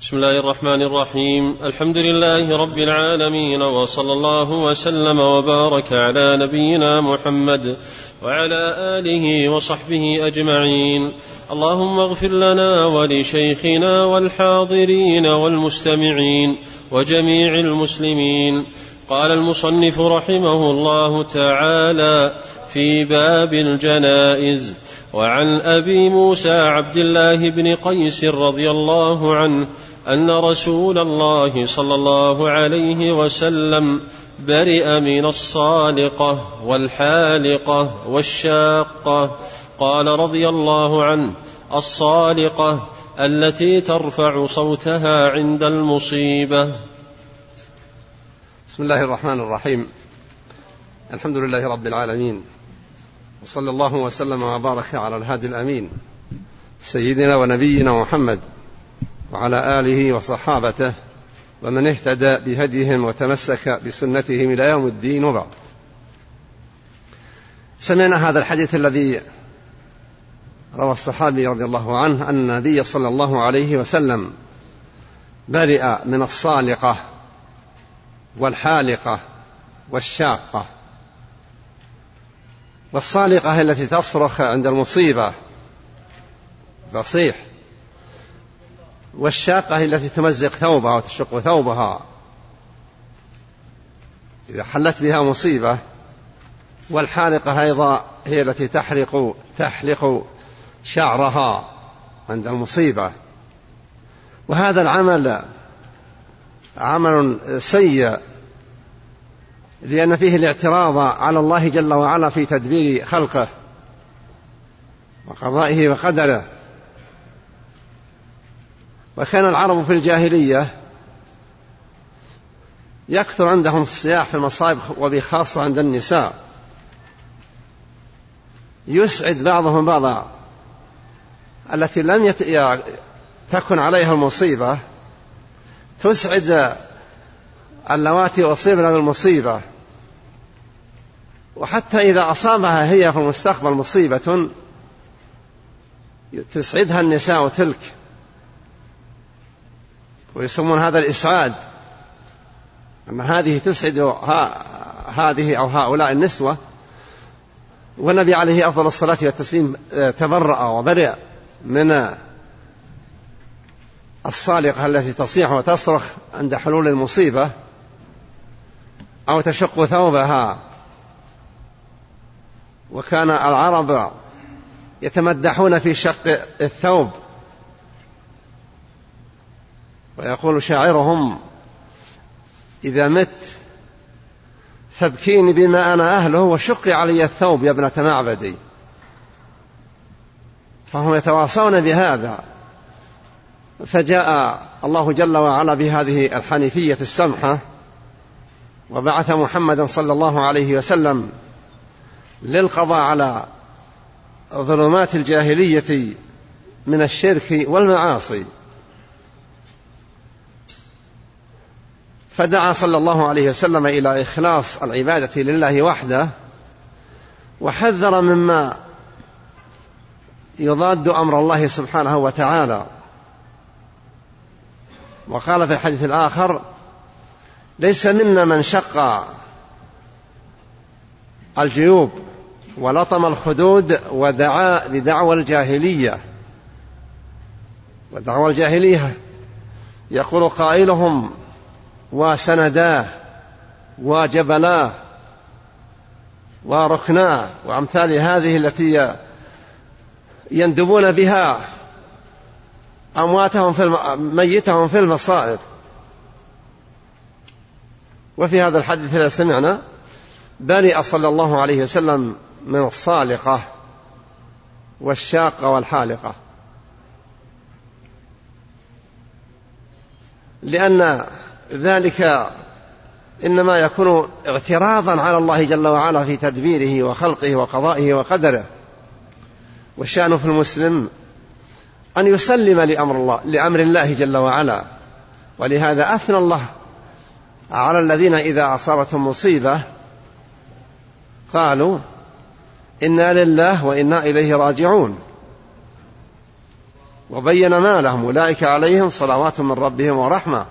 بسم الله الرحمن الرحيم. الحمد لله رب العالمين، وصلى الله وسلم وبارك على نبينا محمد وعلى آله وصحبه أجمعين. اللهم اغفر لنا ولشيخنا والحاضرين والمستمعين وجميع المسلمين. قال المصنف رحمه الله تعالى في باب الجنائز: وعن أبي موسى عبد الله بن قيس رضي الله عنه أن رسول الله صلى الله عليه وسلم برئ من الصالقة والحالقة والشاقة. قال رضي الله عنه: الصالقة التي ترفع صوتها عند المصيبة. بسم الله الرحمن الرحيم. الحمد لله رب العالمين، وصلى الله وسلم وبارك على الهادي الأمين سيدنا ونبينا محمد وعلى آله وصحابته ومن اهتدى بهديهم وتمسك بسنتهم إلى يوم الدين، وبعد. سمعنا هذا الحديث الذي روى الصحابي رضي الله عنه أن النبي صلى الله عليه وسلم برئ من الصالقة والحالقة والشاقة. والصالقة هي التي تصرخ عند المصيبة تصيح، والشاقة هي التي تمزق ثوبها وتشق ثوبها إذا حلت بها مصيبة، والحالقة أيضا هي التي تحلق شعرها عند المصيبة. وهذا العمل عمل سيء، لأن فيه الاعتراض على الله جل وعلا في تدبير خلقه وقضائه وقدره. وكان العرب في الجاهلية يكثر عندهم الصياح في المصائب، وبخاصة عند النساء، يسعد بعضهم بعضا التي لم تكن عليها المصيبة، تسعد اللواتي أصيبن بالمصيبة. وحتى إذا أصابها هي في المستقبل مصيبة تسعدها النساء تلك، ويسمون هذا الإسعاد، أن هذه تسعد هذه أو هؤلاء النسوة. والنبي عليه أفضل الصلاة والتسليم تبرأ وبرئ من الصالقة التي تصيح وتصرخ عند حلول المصيبة أو تشق ثوبها. وكان العرب يتمدحون في شق الثوب، ويقول شاعرهم: إذا مت فابكيني بما أنا أهله، وشقي علي الثوب يا ابنة معبدي. فهم يتواصون بهذا. فجاء الله جل وعلا بهذه الحنيفية السمحة، وبعث محمدا صلى الله عليه وسلم للقضاء على ظلمات الجاهلية من الشرك والمعاصي. فدعا صلى الله عليه وسلم إلى إخلاص العبادة لله وحده، وحذر مما يضاد أمر الله سبحانه وتعالى. وقال في الحديث الآخر: ليس منا من شق الجيوب ولطم الخدود ودعا بدعوى الجاهلية. ودعوى الجاهلية يقول قائلهم: وسنداه وجبلاه وركناه، وأمثال هذه التي يندبون بها ميتهم في المصائب. وفي هذا الحديث الذي سمعنا برئ صلى الله عليه وسلم من الصالقة والشاقة والحالقة، لأن ذلك إنما يكون اعتراضا على الله جل وعلا في تدبيره وخلقه وقضائه وقدره. والشأن في المسلم أن يسلم لأمر الله جل وعلا. ولهذا أثنى الله على الذين إذا أصابتهم مصيبة قالوا: إنا لله وإنا إليه راجعون. وبين ما لهم أولئك عليهم صلوات من ربهم ورحمة.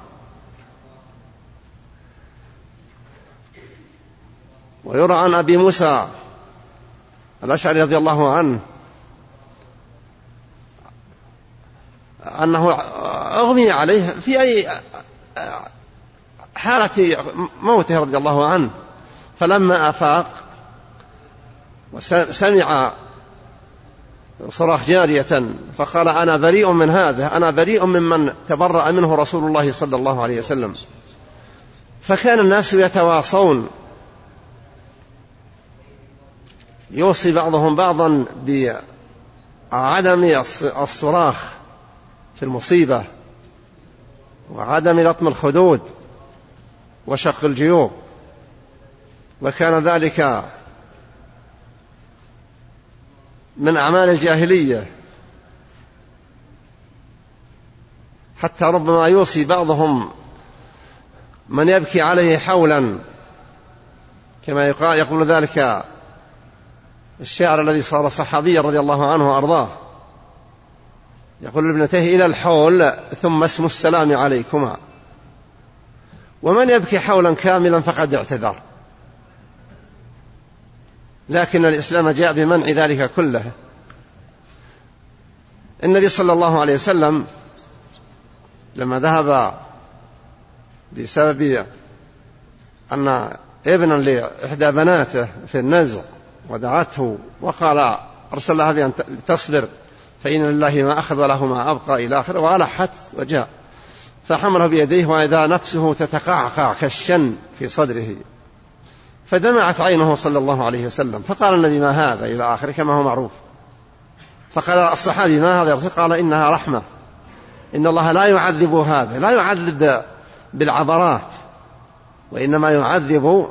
ويرى عن أبي موسى الأشعري رضي الله عنه أنه أغمي عليه في أي حالة موته رضي الله عنه، فلما أفاق وسمع صراخ جارية فقال أنا بريء من هذا، أنا بريء ممن تبرأ منه رسول الله صلى الله عليه وسلم. فكان الناس يتواصون، يوصي بعضهم بعضا بعدم الصراخ في المصيبة وعدم لطم الخدود وشق الجيوب، وكان ذلك من أعمال الجاهلية، حتى ربما يوصي بعضهم من يبكي عليه حولا، كما يقول ذلك الشاعر الذي صار صحابيا رضي الله عنه وأرضاه، يقول لابنتيه إلى الحول ثم اسم السلام عليكما، ومن يبكي حولا كاملا فقد اعتذر. لكن الإسلام جاء بمنع ذلك كله. النبي صلى الله عليه وسلم لما ذهب بسبب أن ابنا لإحدى بناته في النزع ودعته وقال أرسل لها بأن تصبر فإن لله ما أخذ وله ما أبقى إلى آخره، وألحت وجاء فحمله بيديه وإذا نفسه تتقعقع كالشن في صدره، فدمعت عينه صلى الله عليه وسلم، فقال النبي ما هذا إلى آخره كما هو معروف. فقال الصحابي ما هذا يا رسول؟ قال إنها رحمة، إن الله لا يعذب هذا، لا يعذب بالعبرات، وإنما يعذب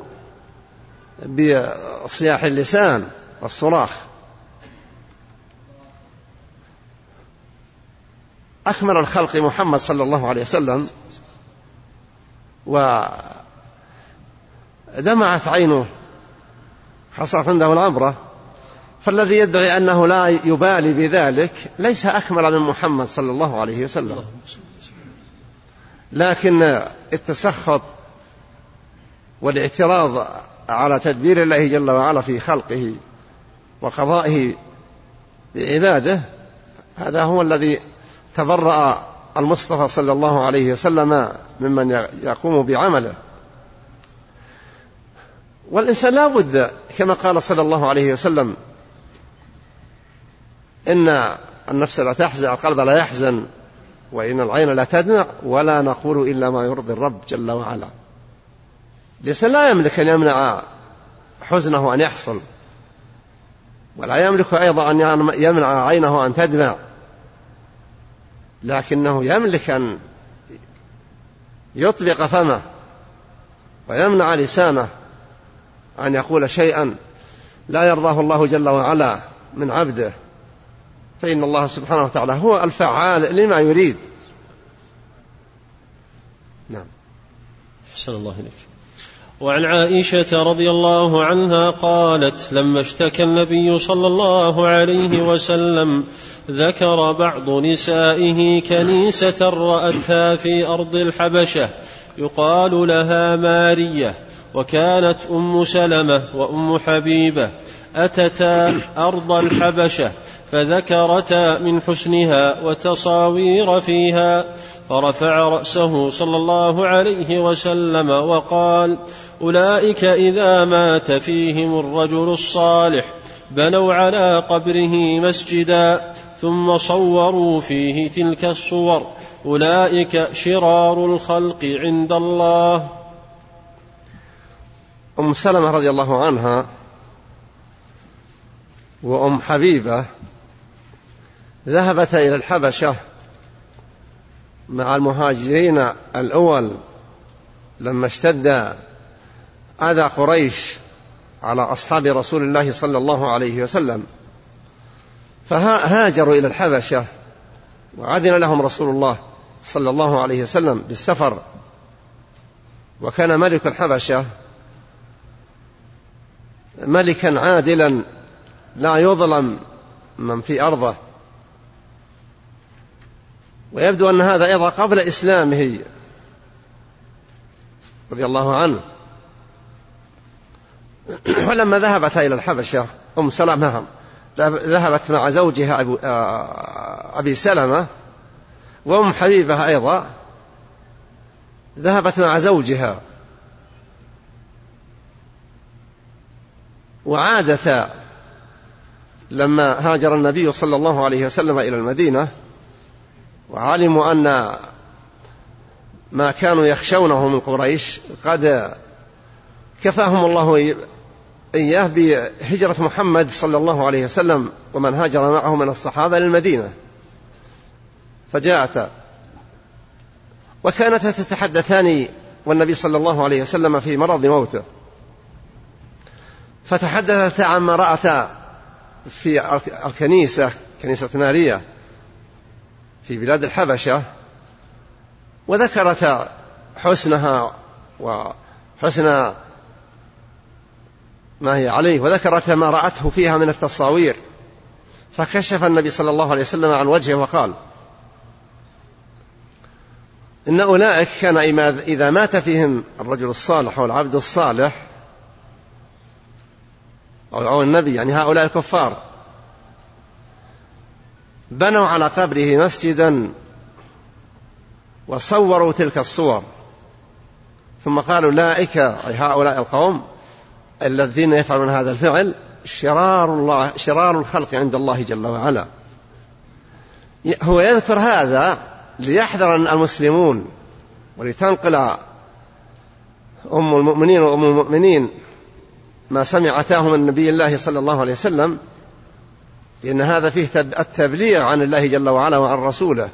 بصياح اللسان والصراخ. أكمل الخلق محمد صلى الله عليه وسلم ودمعت عينه حصلت عنده العبرة، فالذي يدعي أنه لا يبالي بذلك ليس أكمل من محمد صلى الله عليه وسلم. لكن التسخط والاعتراض على تدبير الله جل وعلا في خلقه وقضائه بعباده، هذا هو الذي تبرأ المصطفى صلى الله عليه وسلم ممن يقوم بعمله. والإنسان لا بد كما قال صلى الله عليه وسلم إن النفس لا تحزن، القلب لا يحزن، وإن العين لا تدمع، ولا نقول إلا ما يرضي الرب جل وعلا. الإنسان لا يملك أن يمنع حزنه أن يحصل، ولا يملك أيضا أن يمنع عينه أن تدمع، لكنه يملك أن يطلق فمه ويمنع لسانه أن يقول شيئا لا يرضاه الله جل وعلا من عبده، فإن الله سبحانه وتعالى هو الفعال لما يريد. نعم. أحسن الله إليك. وعن عائشة رضي الله عنها قالت لما اشتكى النبي صلى الله عليه وسلم ذكر بعض نسائه كنيسة رأتها في أرض الحبشة يقال لها مارية، وكانت أم سلمة وأم حبيبة أتتا أرض الحبشة فذكرتا من حسنها وتصاوير فيها، فرفع رأسه صلى الله عليه وسلم وقال أولئك إذا مات فيهم الرجل الصالح بنوا على قبره مسجدا ثم صوروا فيه تلك الصور، أولئك شرار الخلق عند الله. أم سلمة رضي الله عنها وأم حبيبة ذهبتا إلى الحبشة مع المهاجرين الأول لما اشتد أذى قريش على أصحاب رسول الله صلى الله عليه وسلم، فهاجروا إلى الحبشة، وأذن لهم رسول الله صلى الله عليه وسلم بالسفر. وكان ملك الحبشة ملكا عادلا لا يظلم من في أرضه، ويبدو أن هذا أيضا قبل إسلامه رضي الله عنه. ولما ذهبت إلى الحبشة أم سلمة ذهبت مع زوجها أبي سلمة، وأم حبيبة أيضا ذهبت مع زوجها، وعادتا لما هاجر النبي صلى الله عليه وسلم إلى المدينة وعلموا أن ما كانوا يخشونه من قريش قد كفاهم الله إياه بهجرة محمد صلى الله عليه وسلم ومن هاجر معه من الصحابة للمدينة، فجاءتا وكانتا تتحدثان والنبي صلى الله عليه وسلم في مرض موته، فتحدثتا عما رأتا في الكنيسة، كنيسة ماريا في بلاد الحبشة، وذكرتا حسنها وحسن ما هي عليه، وذكرت ما رأته فيها من التصاوير. فكشف النبي صلى الله عليه وسلم عن وجهه وقال: إن أولئك كان إذا مات فيهم الرجل الصالح والعبد الصالح أو النبي، يعني هؤلاء الكفار، بنوا على قبره مسجدا وصوروا تلك الصور، ثم قالوا: أولئك أي هؤلاء القوم الذين يفعلون هذا الفعل شرار الخلق عند الله جل وعلا. هو يذكر هذا ليحذر المسلمون ولتنقل أم المؤمنين وأم المؤمنين ما سمعتاه من نبي الله صلى الله عليه وسلم، لأن هذا فيه التبليغ عن الله جل وعلا وعن رسوله.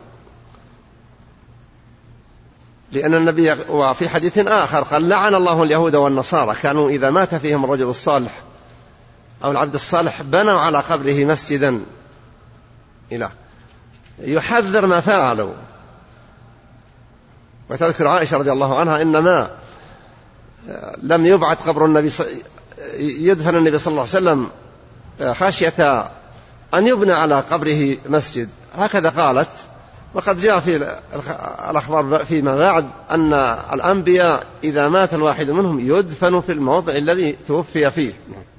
لأن النبي وفي حديث آخر قال: لعن الله اليهود والنصارى، كانوا إذا مات فيهم الرجل الصالح أو العبد الصالح بنوا على قبره مسجدا، إلى يحذر ما فعلوا. وتذكر عائشة رضي الله عنها: إنما لم يبعث قبر النبي يدفن النبي صلى الله عليه وسلم خشية أن يبنى على قبره مسجد، هكذا قالت. وقد جاء في الأخبار فيما بعد أن الأنبياء إذا مات الواحد منهم يدفن في الموضع الذي توفي فيه.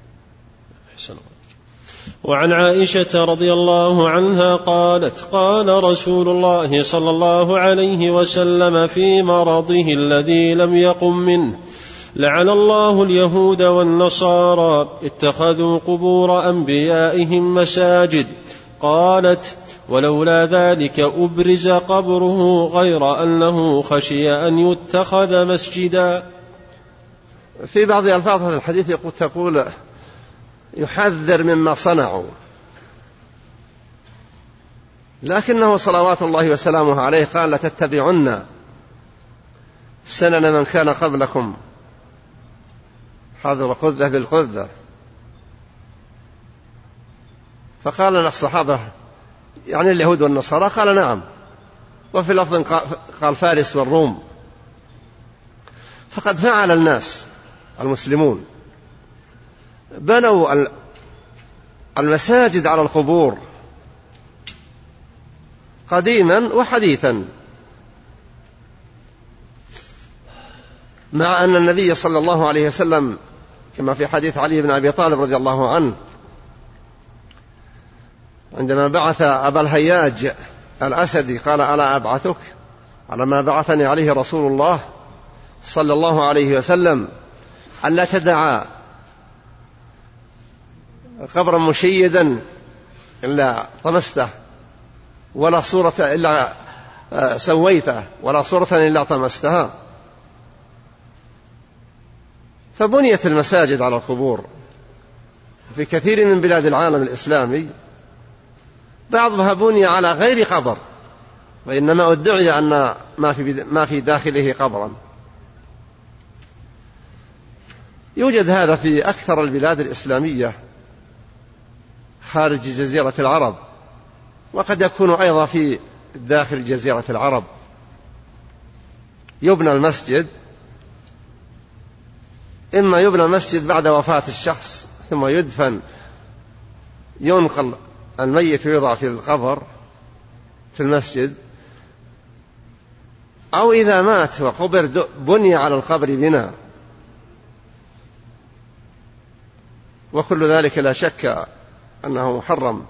وعن عائشة رضي الله عنها قالت: قال رسول الله صلى الله عليه وسلم في مرضه الذي لم يقم منه: لعن الله اليهود والنصارى اتخذوا قبور أنبيائهم مساجد. قالت: ولولا ذلك أبرز قبره غير أنه خشي أن يتخذ مسجدا. في بعض ألفاظ الحديث تقول يحذر مما صنعوا، لكنه صلوات الله وسلامه عليه قال: لتتبعن سنن من كان قبلكم حذو القذة بالقذة. فقال الصحابة يعني اليهود والنصارى؟ قال: نعم. وفي لفظ قال: فارس والروم. فقد فعل الناس المسلمون، بنوا المساجد على القبور قديما وحديثا، مع أن النبي صلى الله عليه وسلم كما في حديث علي بن أبي طالب رضي الله عنه عندما بعث أبا الهياج الأسدي قال: ألا أبعثك على ما بعثني عليه رسول الله صلى الله عليه وسلم ألا تدع قبرا مشيدا إلا طمسته، ولا صورة إلا سويته، ولا صورة إلا طمستها. فبنيت المساجد على القبور في كثير من بلاد العالم الإسلامي، بعضها بني على غير قبر، وإنما ادعي أن ما في داخله قبرا. يوجد هذا في أكثر البلاد الإسلامية خارج جزيرة العرب، وقد يكون أيضا في داخل جزيرة العرب. يبنى المسجد، إما يبنى المسجد بعد وفاة الشخص ثم يدفن، ينقل الميت ويوضع في القبر في المسجد، أو إذا مات وقبر بني على القبر بناء، وكل ذلك لا شك أنه محرم.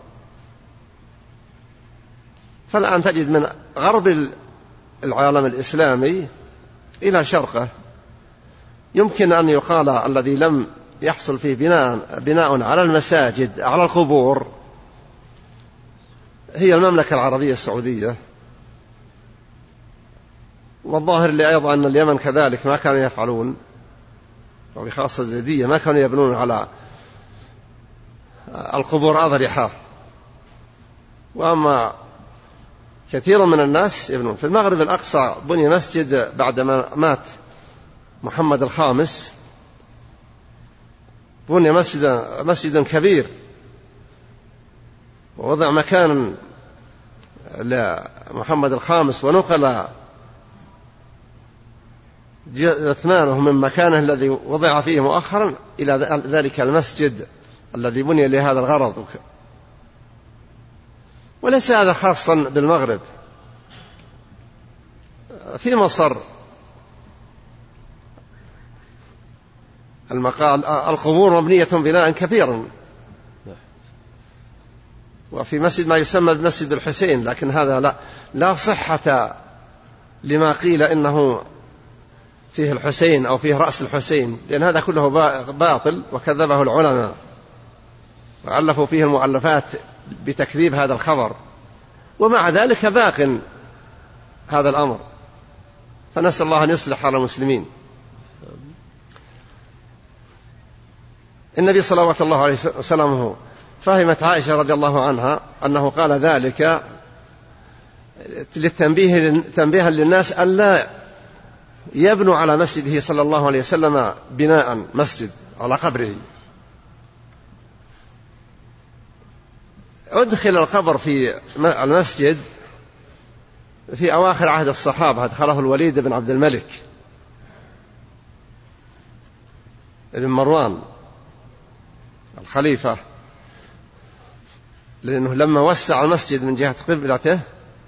فالآن تجد من غرب العالم الإسلامي إلى شرقه يمكن أن يقال الذي لم يحصل فيه بناء على المساجد على القبور هي المملكة العربية السعودية، والظاهر لي أيضا أن اليمن كذلك ما كانوا يفعلون، وبخاصة الزيدية ما كانوا يبنون على القبور أضرحة، وأما كثير من الناس يبنون. في المغرب الأقصى بني مسجد بعدما مات محمد الخامس، بني مسجدا كبير، ووضع مكانا لمحمد الخامس، ونقل أثمانه من مكانه الذي وضع فيه مؤخرا إلى ذلك المسجد الذي بني لهذا الغرض. وليس هذا خاصا بالمغرب، في مصر القبور مبنية بناء كثيرا، وفي مسجد ما يسمى بمسجد الحسين، لكن هذا لا صحة لما قيل إنه فيه الحسين أو فيه رأس الحسين، لأن هذا كله باطل وكذبه العلماء وألفوا فيه المؤلفات بتكذيب هذا الخبر، ومع ذلك باق هذا الأمر، فنسأل الله أن يصلح على المسلمين. النبي صلوات الله عليه وسلم فهمت عائشة رضي الله عنها أنه قال ذلك تنبيها للناس ألا يبنوا على مسجده صلى الله عليه وسلم بناء مسجد على قبره. أدخل القبر في المسجد في أواخر عهد الصحابة، أدخله الوليد بن عبد الملك بن مروان الخليفة، لأنه لما وسع المسجد من جهة قبلته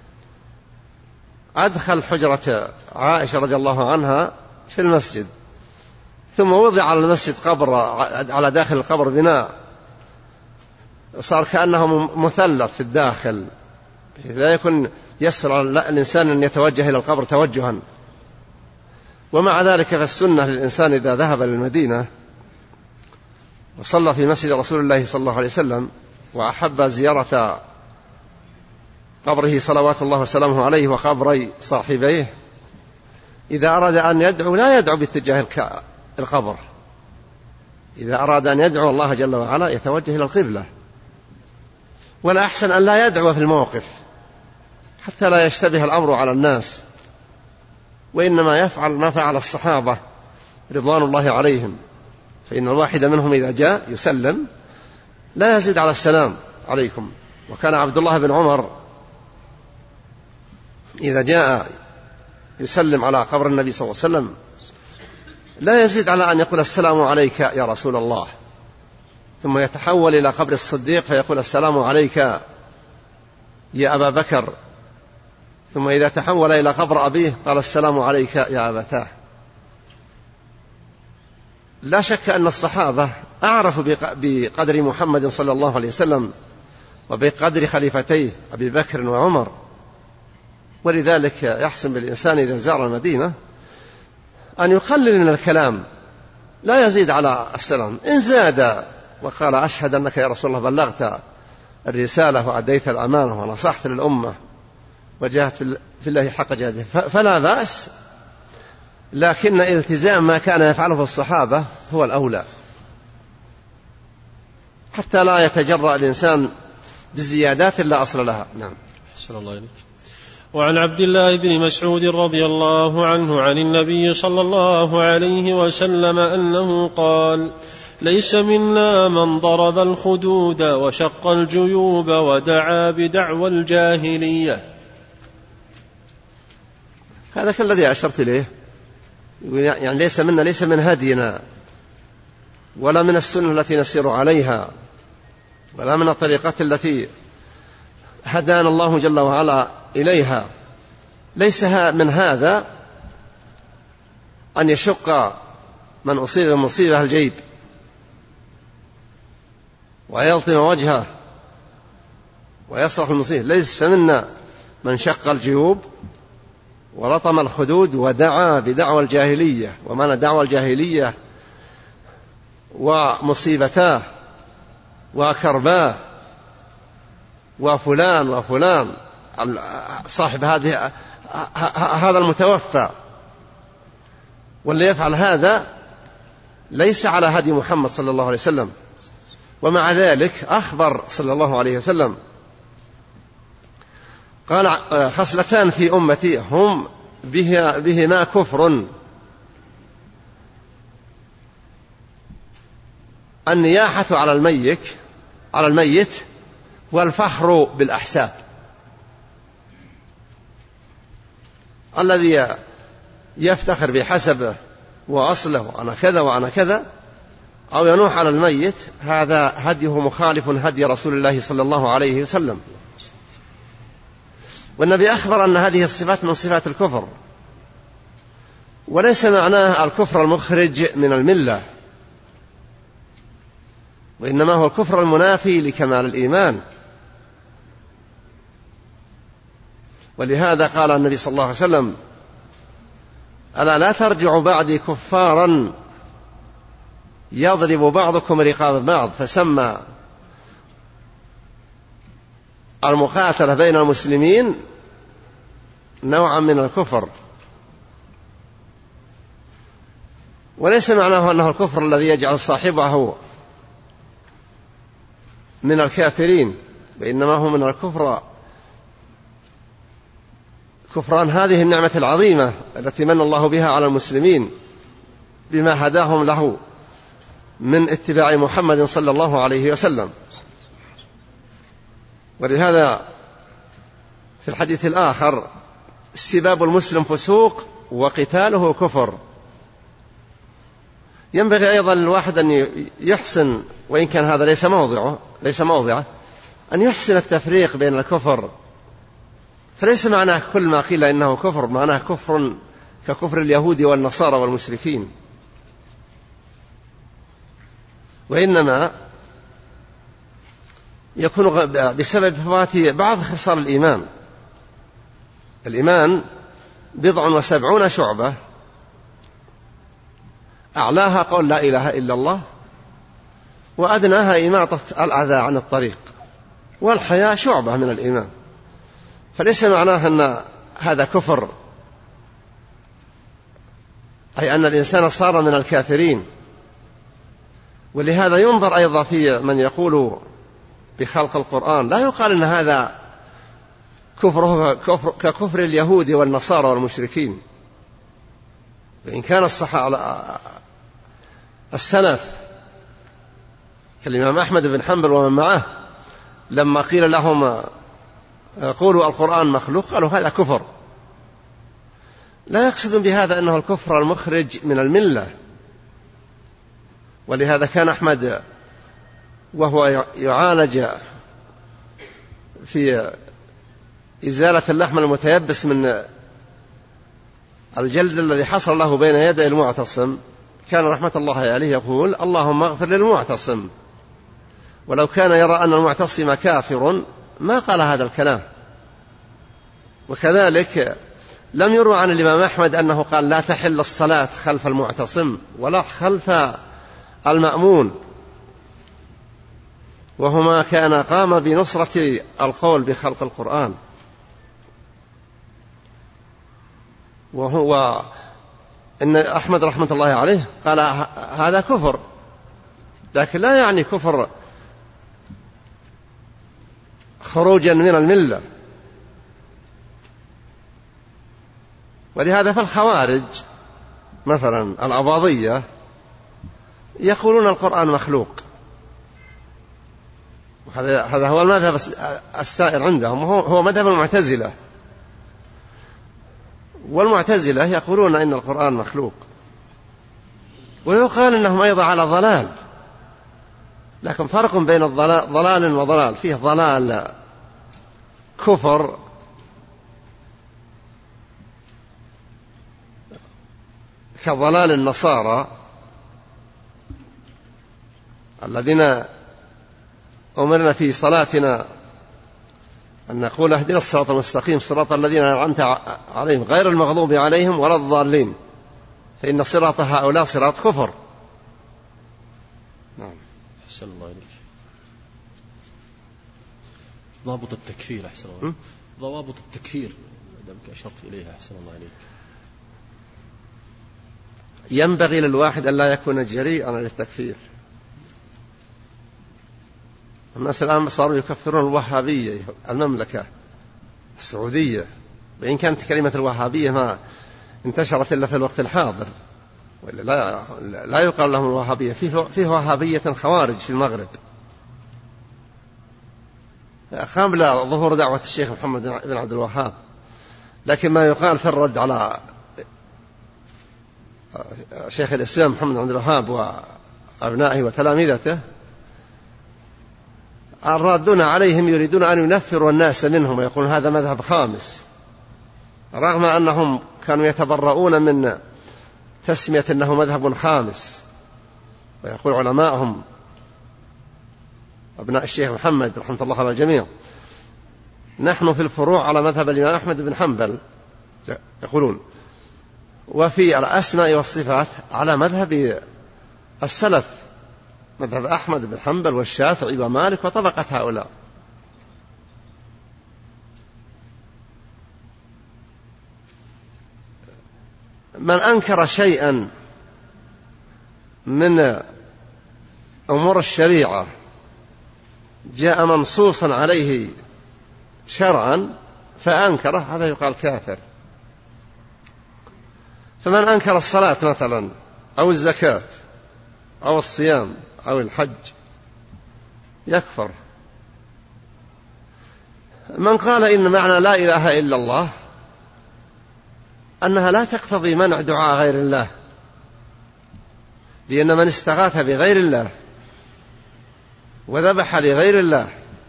أدخل حجرة عائشة رضي الله عنها في المسجد، ثم وضع على المسجد قبر، على داخل القبر بناء صار كأنه مثلث في الداخل، لا يكون يسر على الإنسان أن يتوجه إلى القبر توجها. ومع ذلك فالسنة للإنسان إذا ذهب للمدينة وصلى في مسجد رسول الله صلى الله عليه وسلم وأحب زيارة قبره صلوات الله وسلامه عليه وقبري صاحبيه، إذا أراد أن يدعو لا يدعو باتجاه القبر، إذا أراد أن يدعو الله جل وعلا يتوجه إلى القبلة، ولا أحسن أن لا يدعو في الموقف حتى لا يشتبه الأمر على الناس، وإنما يفعل ما فعل الصحابة رضوان الله عليهم، فإن الواحد منهم إذا جاء يسلم لا يزيد على السلام عليكم. وكان عبد الله بن عمر إذا جاء يسلم على قبر النبي صلى الله عليه وسلم لا يزيد على أن يقول السلام عليك يا رسول الله، ثم يتحول إلى قبر الصديق فيقول السلام عليك يا أبا بكر، ثم إذا تحول إلى قبر أبيه قال السلام عليك يا أبتاه. لا شك أن الصحابة أعرفوا بقدر محمد صلى الله عليه وسلم وبقدر خليفتيه أبي بكر وعمر، ولذلك يحسن بالإنسان إذا زار المدينة أن يقلل من الكلام، لا يزيد على السلام. إن زاد وقال أشهد أنك يا رسول الله بلغت الرسالة وأديت الأمانة ونصحت للأمة وجاهدت في الله حق جهاده فلا بأس، لكن التزام ما كان يفعله الصحابة هو الأولى، حتى لا يتجرأ الإنسان بالزيادات لا أصل لها. نعم. أحسن الله إليك. وعن عبد الله بن مسعود رضي الله عنه عن النبي صلى الله عليه وسلم أنه قال: ليس منا من ضرب الخدود وشق الجيوب ودعا بدعوى الجاهلية. هذا كالذي أشرت إليه، يعني ليس منا، ليس من هدينا ولا من السنة التي نسير عليها ولا من الطريقة التي هدانا الله جل وعلا إليها، ليس من هذا أن يشق من أصيب بمصيبة الجيب ويلطم وجهه ويصرخ المصيبة. ليس منا من شق الجيوب ولطم الخدود ودعا بدعوى الجاهلية. ومعنى دعوى الجاهلية ومصيبتاه وكرباه وفلان وفلان صاحب هذا المتوفى. واللي يفعل هذا ليس على هدي محمد صلى الله عليه وسلم. ومع ذلك أخبر صلى الله عليه وسلم قال: خصلتان في أمتي هم بهما كفر: النياحة على الميت والفخر بالأحساب. الذي يفتخر بحسبه وأصله وأنا كذا وأنا كذا أو ينوح على الميت، هذا هديه مخالف هدي رسول الله صلى الله عليه وسلم. والنبي أخبر أن هذه الصفات من صفات الكفر، وليس معناه الكفر المخرج من الملة، وإنما هو الكفر المنافي لكمال الإيمان. ولهذا قال النبي صلى الله عليه وسلم: ألا لا ترجعوا بعدي كفارا يضرب بعضكم رقاب بعض. فسمى المقاتلة بين المسلمين نوعا من الكفر، وليس معناه أنه الكفر الذي يجعل صاحبه من الكافرين، وإنما هو من الكفر كفران هذه النعمة العظيمة التي من الله بها على المسلمين بما هداهم له من اتباع محمد صلى الله عليه وسلم. ولهذا في الحديث الآخر: سباب المسلم فسوق وقتاله كفر. ينبغي أيضا للواحد أن يحسن، وإن كان هذا ليس موضعه، أن يحسن التفريق بين الكفر. فليس معناه كل ما قيل إنه كفر معناه كفر ككفر اليهود والنصارى والمشركين، وإنما يكون بسبب فوات بعض خصال الإيمان. الإيمان 70 شعبة، أعلاها قول لا إله إلا الله، وأدناها إماطة الأذى عن الطريق، والحياء شعبة من الإيمان. فليس معناه أن هذا كفر، أي أن الإنسان صار من الكافرين. ولهذا ينظر أيضا في من يقول بخلق القرآن، لا يقال أن هذا كفره ككفر اليهود والنصارى والمشركين. وإن كان السلف كالإمام أحمد بن حنبل ومن معه لما قيل لهم قولوا القرآن مخلوق قالوا هذا كفر، لا يقصد بهذا أنه الكفر المخرج من الملة. ولهذا كان أحمد وهو يعالج في إزالة اللحم المتيبس من الجلد الذي حصل له بين يدي المعتصم، كان رحمة الله عليه يقول: اللهم اغفر للمعتصم. ولو كان يرى أن المعتصم كافر ما قال هذا الكلام. وكذلك لم يروى عن الإمام أحمد أنه قال لا تحل الصلاة خلف المعتصم ولا خلف المأمون، وهما كان قام بنصرة القول بخلق القرآن. وهو إن أحمد رحمة الله عليه قال هذا كفر، لكن لا يعني كفر خروجا من الملة. ولهذا فالخوارج مثلا الأباضية يقولون القرآن مخلوق، هذا هو المذهب السائر عندهم، هو مذهب المعتزلة. والمعتزلة يقولون إن القرآن مخلوق، ويقال إنهم أيضا على ضلال، لكن فرق بين ضلال وضلال. فيه ضلال كفر كضلال النصارى الذين أمرنا في صلاتنا أن نقول اهدنا الصراط المستقيم صراط الذين أنعمت عليهم غير المغضوب عليهم ولا الضالين، فإن صراط هؤلاء صراط كفر. نعم. أحسن الله إليك. ضابط التكفير أحسن الله. ضوابط التكفير دامك أشرت إليها أحسن الله إليك. ينبغي للواحد أن لا يكون جريئا للتكفير. الناس الآن صاروا يكفرون الوهابية، المملكة السعودية، وإن كانت كلمة الوهابية ما انتشرت إلا في الوقت الحاضر، لا يقال لهم الوهابية، فيه وهابية خوارج في المغرب قبل ظهور دعوة الشيخ محمد بن عبد الوهاب. لكن ما يقال في الرد على شيخ الإسلام محمد بن عبد الوهاب وأبنائه وتلامذته، الرادون عليهم يريدون أن ينفروا الناس منهم ويقولون هذا مذهب خامس، رغم أنهم كانوا يتبرؤون من تسمية أنه مذهب خامس. ويقول علماءهم أبناء الشيخ محمد رحمة الله على الجميع نحن في الفروع على مذهب الإمام أحمد بن حنبل يقولون، وفي الأسماء والصفات على مذهب السلف، مذهب أحمد بن حنبل والشافعي ومالك وطبقة هؤلاء. من أنكر شيئا من أمور الشريعة جاء منصوصا عليه شرعا فأنكره، هذا يقال كافر. فمن أنكر الصلاة مثلا أو الزكاة أو الصيام أو الحج يكفر. من قال إن معنى لا إله إلا الله أنها لا تقتضي منع دعاء غير الله، لأن من استغاث بغير الله وذبح لغير الله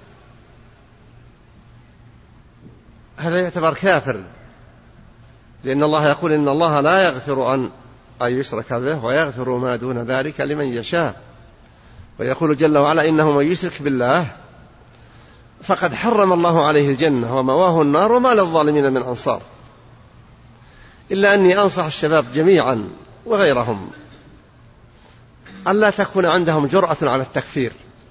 هذا يعتبر كافر، لأن الله يقول إن الله لا يغفر أن يشرك به ويغفر ما دون ذلك لمن يشاء. ويقول جل وعلا إنه من يشرك بالله فقد حرم الله عليه الجنة ومواه النار وما للظالمين من أنصار. إلا أني أنصح الشباب جميعا وغيرهم ألا تكون عندهم جرأة على التكفير.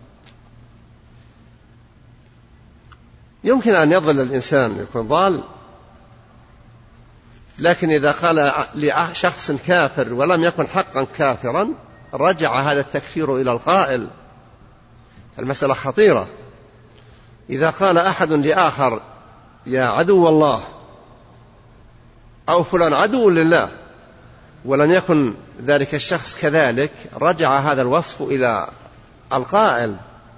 يمكن أن يضل الإنسان يكون ضال، لكن إذا قال لشخص كافر ولم يكن حقا كافرا رجع هذا التكفير إلى القائل. المسألة خطيرة. إذا قال أحد لآخر يا عدو الله أو فلان عدو لله ولم يكن ذلك الشخص كذلك رجع هذا الوصف إلى القائل.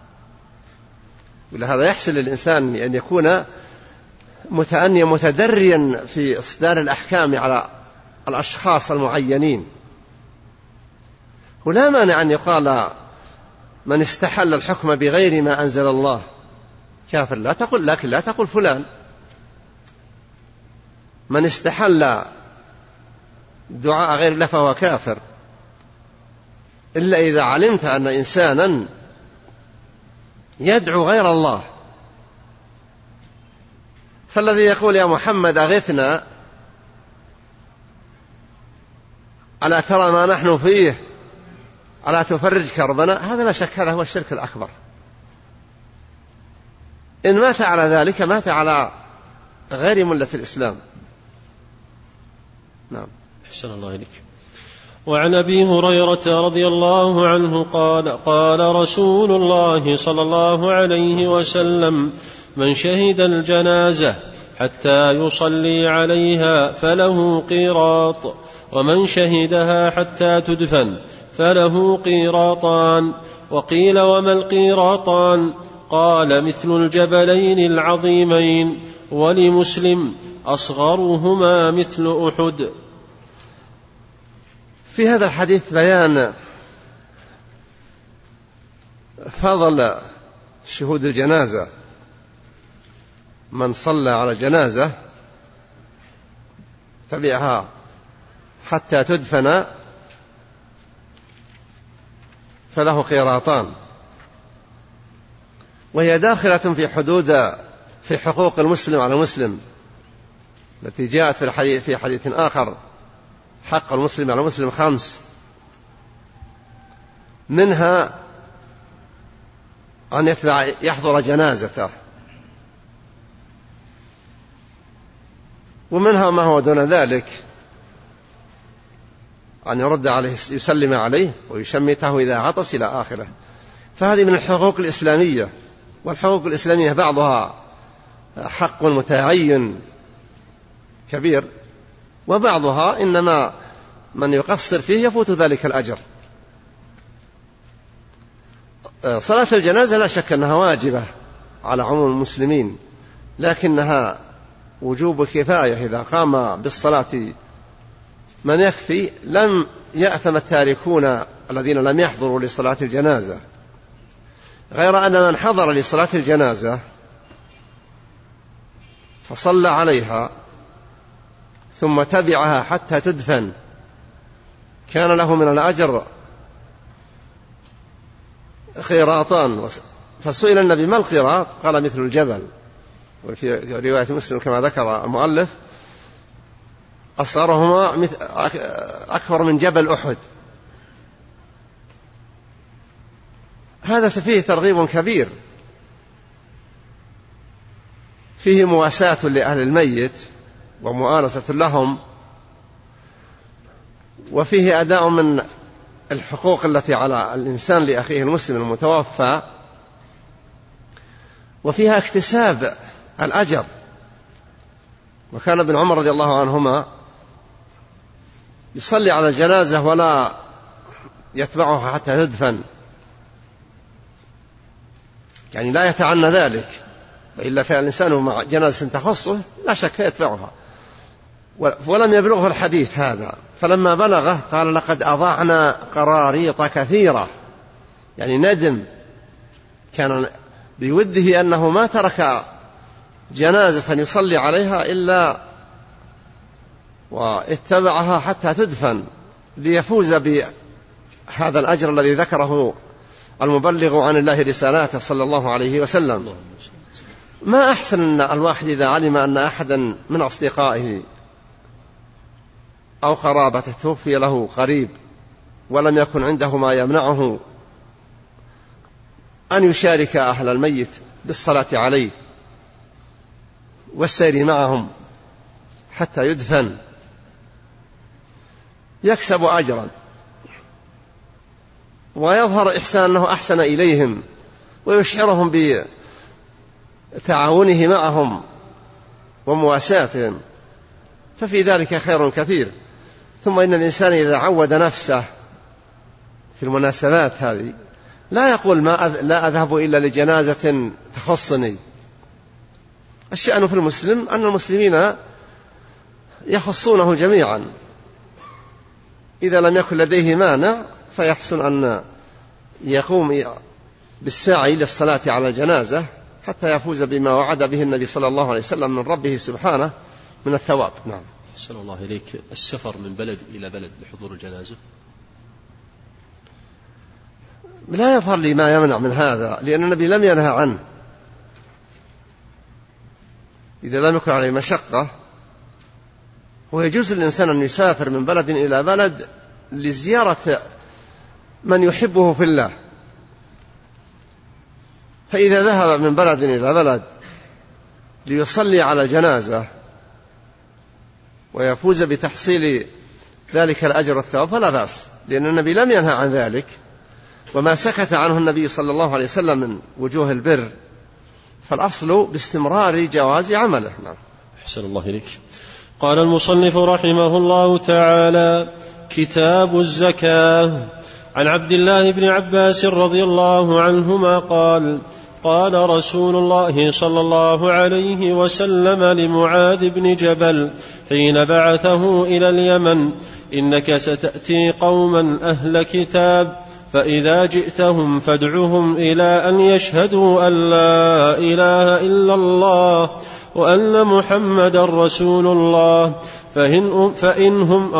ولهذا يحسن للإنسان أن يكون متأنيا متدريا في إصدار الأحكام على الأشخاص المعينين. ولا مانع أن يقال من استحل الحكم بغير ما أنزل الله كافر، لا تقل، لكن لا تقل فلان. من استحل دعاء غير الله فهو كافر، إلا إذا علمت أن إنسانا يدعو غير الله. فالذي يقول يا محمد أغثنا ألا ترى ما نحن فيه ألا تفرج كربنا، هذا لا شك هذا هو الشرك الأكبر. إن مات على ذلك مات على غير ملة الإسلام. نعم. أحسن الله إليك. وعن أبي هريرة رضي الله عنه قال قال رسول الله صلى الله عليه وسلم من شهد الجنازة حتى يصلي عليها فله قيراط، ومن شهدها حتى تدفن فله قيراطان. وقيل وما القيراطان؟ قال مثل الجبلين العظيمين. ولمسلم أصغرهما مثل أحد. في هذا الحديث بيان فضل شهود الجنازة. من صلى على جنازة تبعها حتى تدفن فله قيراطان، وهي داخلة في حقوق المسلم على المسلم التي جاءت في حديث آخر: حق المسلم على المسلم 5، منها أن يحضر جنازته، ومنها ما هو دون ذلك، أن يرد عليه يسلم عليه ويشمته إذا عطس إلى آخره. فهذه من الحقوق الإسلامية، والحقوق الإسلامية بعضها حق متعين كبير، وبعضها إنما من يقصر فيه يفوت ذلك الأجر. صلاة الجنازة لا شك أنها واجبة على عموم المسلمين، لكنها وجوب كفاية. إذا قام بالصلاة من يكفي لم يأثم التاركون الذين لم يحضروا لصلاة الجنازة، غير أن من حضر لصلاة الجنازة فصلى عليها ثم تبعها حتى تدفن كان له من الأجر قيراطان. فسئل النبي: ما القيراط؟ قال: مثل الجبل. وفي رواية مسلم كما ذكر المؤلف: أصغرهما أكبر من جبل أحد. هذا فيه ترغيب كبير، فيه مواساة لأهل الميت ومؤانسة لهم، وفيه أداء من الحقوق التي على الإنسان لأخيه المسلم المتوفى، وفيها اكتساب الأجر. وكان ابن عمر رضي الله عنهما يصلي على الجنازة ولا يتبعها حتى تدفن، يعني لا يتعنى ذلك، وإلا فالإنسان مع جنازة تخصه لا شك يتبعها. ولم يبلغه الحديث هذا، فلما بلغه قال: لقد أضعنا قراريط كثيرة، يعني ندم، كان بوده أنه ما ترك جنازة يصلي عليها إلا واتبعها حتى تدفن ليفوز بهذا الأجر الذي ذكره المبلغ عن الله رسالاته صلى الله عليه وسلم. ما أحسن أن الواحد إذا علم أن أحدا من أصدقائه أو قرابته توفي له قريب ولم يكن عنده ما يمنعه أن يشارك أهل الميت بالصلاة عليه والسير معهم حتى يدفن، يكسب أجرا ويظهر إحسانه أحسن إليهم ويشعرهم بتعاونه معهم ومواساتهم، ففي ذلك خير كثير. ثم إن الإنسان إذا عود نفسه في المناسبات هذه لا يقول لا أذهب إلا لجنازة تخصني. الشأن في المسلم أن المسلمين يخصونه جميعا، إذا لم يكن لديه مانع فيحسن أن يقوم بالسعي للصلاة على الجنازة حتى يفوز بما وعد به النبي صلى الله عليه وسلم من ربه سبحانه من الثواب. نعم. أحسن الله إليك. السفر من بلد إلى بلد لحضور الجنازة لا يظهر لي ما يمنع من هذا، لأن النبي لم ينهى عنه. إذا لم يكن عليه مشقة، ويجوز للإنسان أن يسافر من بلد إلى بلد لزيارة من يحبه في الله. فإذا ذهب من بلد إلى بلد ليصلي على الجنازة ويفوز بتحصيل ذلك الأجر والثواب فلا بأس، لأن النبي لم ينهى عن ذلك، وما سكت عنه النبي صلى الله عليه وسلم من وجوه البر، فالأصل باستمرار جواز عمله. نعم. أحسن الله إليك. قال المصنف رحمه الله تعالى: كتاب الزكاة. عن عبد الله بن عباس رضي الله عنهما قال: قال رسول الله صلى الله عليه وسلم لمعاذ بن جبل حين بعثه إلى اليمن: إنك ستأتي قوما أهل كتاب، فإذا جئتهم فادعهم إلى أن يشهدوا أن لا إله إلا الله وأن محمدا رسول الله، فإنهم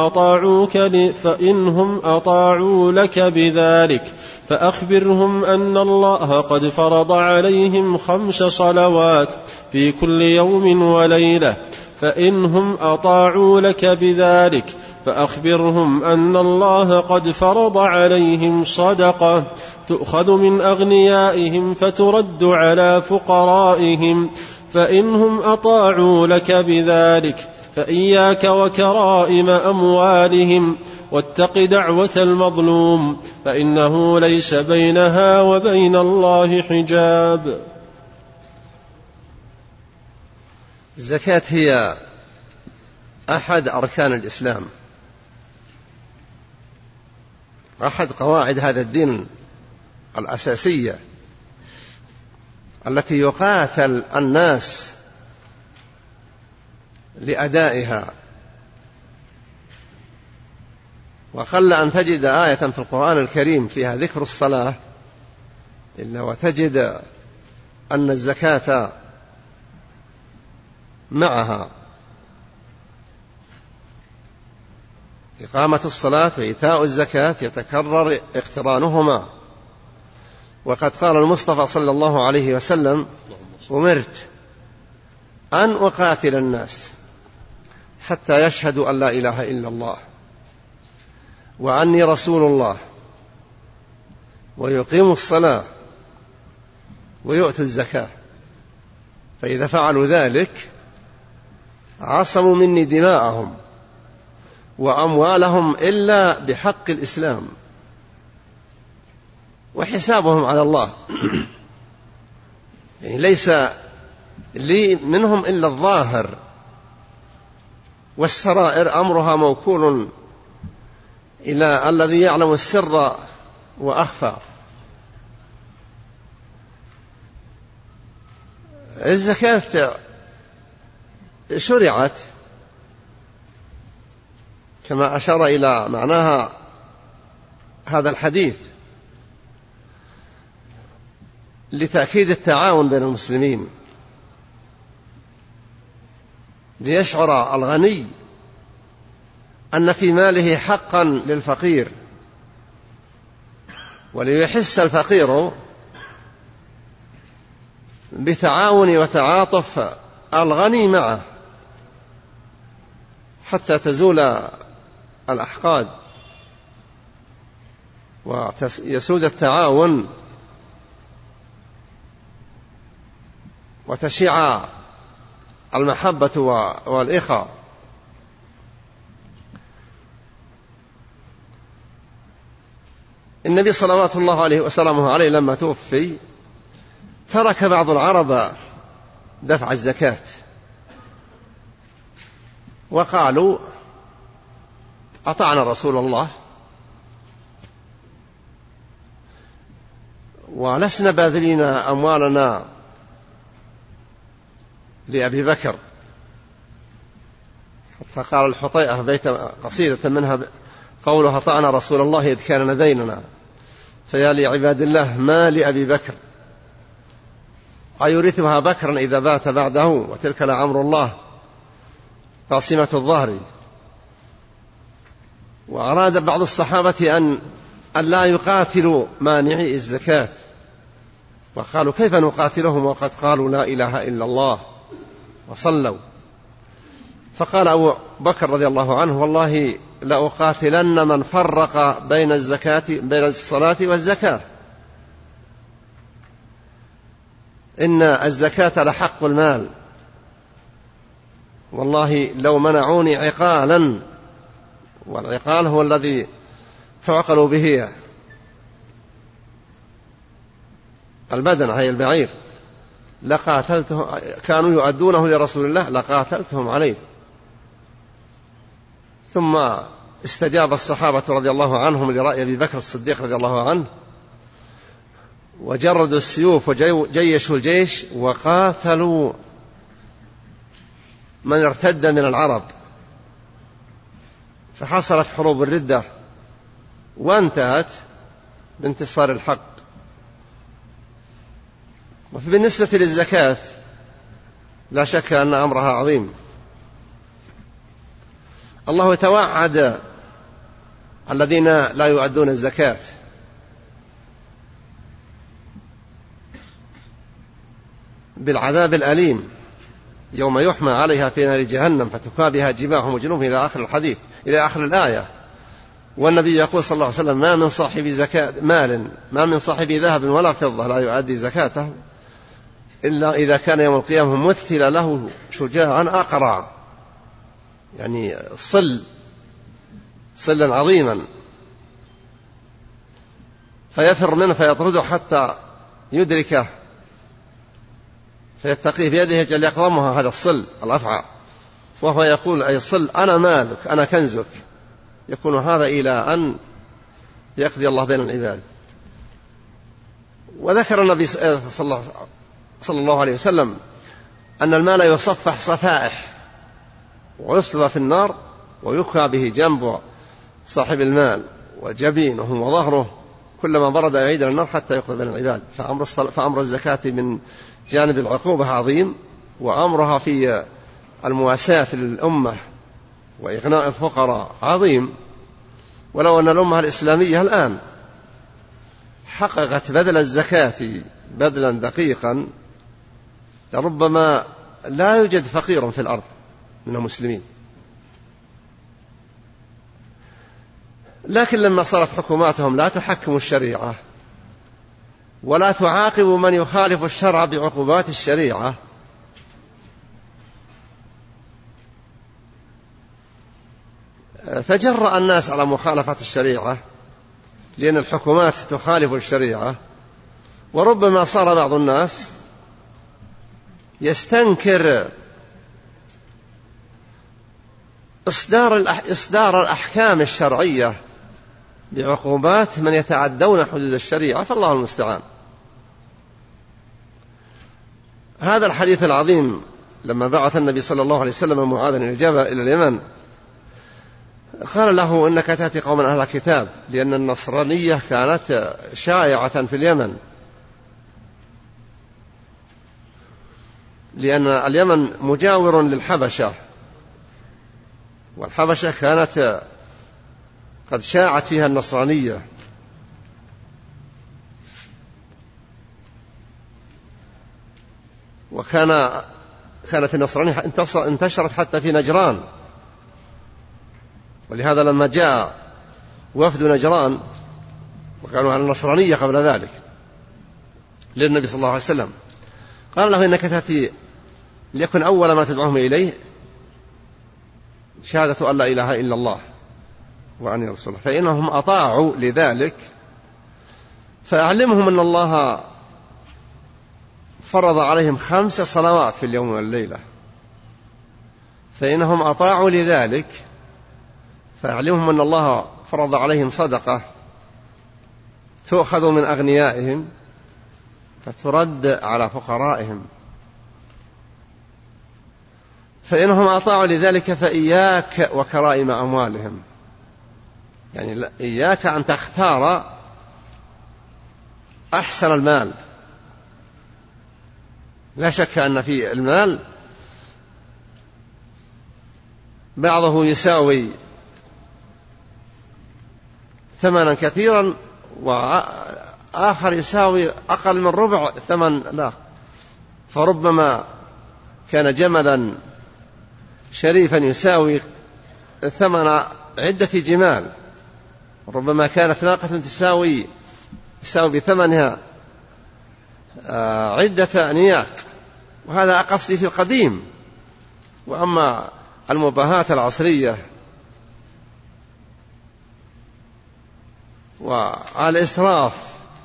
أطاعوا لك بذلك فأخبرهم أن الله قد فرض عليهم 5 صلوات في كل يوم وليلة. فإنهم أطاعوا لك بذلك فأخبرهم أن الله قد فرض عليهم صدقة تؤخذ من أغنيائهم فترد على فقرائهم. فإنهم أطاعوا لك بذلك فإياك وكرائم أموالهم واتق دعوة المظلوم فإنه ليس بينها وبين الله حجاب. الزكاة هي أحد أركان الإسلام، أحد قواعد هذا الدين الأساسية التي يقاتل الناس لأدائها. وقل أن تجد آية في القرآن الكريم فيها ذكر الصلاة إلا وتجد أن الزكاة معها. إقامة الصلاة وإيتاء الزكاة يتكرر اقترانهما. وقد قال المصطفى صلى الله عليه وسلم: أمرت أن أقاتل الناس حتى يشهدوا أن لا إله إلا الله وأني رسول الله ويقيموا الصلاة ويؤتوا الزكاة، فإذا فعلوا ذلك عصموا مني دماءهم وأموالهم إلا بحق الإسلام وحسابهم على الله. يعني ليس لي منهم إلا الظاهر، والسرائر أمرها موكول إلى الذي يعلم السر وأخفى. الزكاة شرعت كما أشار إلى معناها هذا الحديث لتأكيد التعاون بين المسلمين، ليشعر الغني أن في ماله حقا للفقير، وليحس الفقير بتعاون وتعاطف الغني معه حتى تزول الأحقاد ويسود التعاون وتشيع المحبة والإخاء. النبي صلوات الله عليه وسلامه عليه لما توفي ترك بعض العرب دفع الزكاة، وقالوا: أطعنا رسول الله ولسنا باذلين أموالنا لأبي بكر. فقال الحطيئة بيت قصيدة منها قولها: أطعنا رسول الله إذ كان لديننا فيا لعباد الله ما لأبي بكر أيورثها بكرا إذا بات بعده وتلك لعمر الله قاسمة الظهر. وأراد بعض الصحابة أن لا يقاتلوا مانعي الزكاة، وقالوا: كيف نقاتلهم وقد قالوا لا إله إلا الله وصلوا؟ فقال أبو بكر رضي الله عنه: والله لأقاتلن من فرق بين الصلاة والزكاة، إن الزكاة لحق المال، والله لو منعوني عقالا، والعقال هو الذي تعقل به البدن هي البعير، لقاتلته، كانوا يؤدونه لرسول الله لقاتلتهم عليه. ثم استجاب الصحابة رضي الله عنهم لرأي أبي بكر الصديق رضي الله عنه، وجردوا السيوف وجيشوا الجيش وقاتلوا من ارتد من العرب، فحصلت حروب الردة وانتهت بانتصار الحق. وبالنسبة للزكاة لا شك أن أمرها عظيم، الله يتوعد الذين لا يؤدون الزكاة بالعذاب الأليم يوم يحمى عليها في نار جهنم فتكوى بها جباههم وجنوبهم إلى آخر الحديث، إلى آخر الآية. والنبي يقول صلى الله عليه وسلم: ما من صاحب زكاة مال، ما من صاحب ذهب ولا فضة لا يؤدي زكاته إلا إذا كان يوم القيامة مثل له شجاعا أقرع، يعني صلا عظيما، فيفر منه فيطرده حتى يدركه فيتقيه بيده جل يقضمها، هذا الصل الأفعى، وهو يقول: أي صل أنا مالك أنا كنزك. يكون هذا إلى أن يقضي الله بين العباد. وذكر النبي صلى الله عليه وسلم أن المال يصفح صفائح ويصلب في النار ويكوى به جنب صاحب المال وجبينه وظهره كلما برد يعيد النار حتى يقضي بين العباد. فأمر الزكاة من جانب العقوبة عظيم، وأمرها في المواساة للأمة وإغناء الفقراء عظيم. ولو أن الأمة الإسلامية الآن حققت بذل الزكاة بذلا دقيقا لربما لا يوجد فقير في الأرض من المسلمين. لكن لما صارت حكوماتهم لا تحكم الشريعة ولا تعاقب من يخالف الشرع بعقوبات الشريعة، فجرأ الناس على مخالفة الشريعة لأن الحكومات تخالف الشريعة. وربما صار بعض الناس يستنكر إصدار الأحكام الشرعية بعقوبات من يتعدون حدود الشريعة، فالله المستعان. هذا الحديث العظيم لما بعث النبي صلى الله عليه وسلم معاذا إلى اليمن قال له: إنك تأتي قوما أهل كتاب، لأن النصرانية كانت شائعة في اليمن، لأن اليمن مجاور للحبشة، والحبشة كانت قد شاعت فيها النصرانية، كانت النصرانية انتشرت حتى في نجران. ولهذا لما جاء وفد نجران وكانوا على النصرانية قبل ذلك للنبي صلى الله عليه وسلم قال له: إنك تأتي ليكن أول ما تدعوهم إليه شهادة أن لا إله إلا الله وأني رسول الله، فإنهم أطاعوا لذلك فأعلمهم أن الله فرض عليهم 5 صلوات في اليوم والليلة، فإنهم أطاعوا لذلك فأعلمهم أن الله فرض عليهم صدقة تؤخذ من أغنيائهم فترد على فقرائهم، فإنهم أطاعوا لذلك فإياك وكرائم أموالهم، يعني إياك أن تختار أحسن المال. لا شك أن في المال بعضه يساوي ثمنا كثيرا وآخر يساوي أقل من ربع ثمن لا، فربما كان جملا شريفا يساوي ثمن عدة جمال، ربما كانت ناقة تساوي بثمنها عدة أنياق، وهذا قصدي في القديم. وأما المباهاة العصرية والإسراف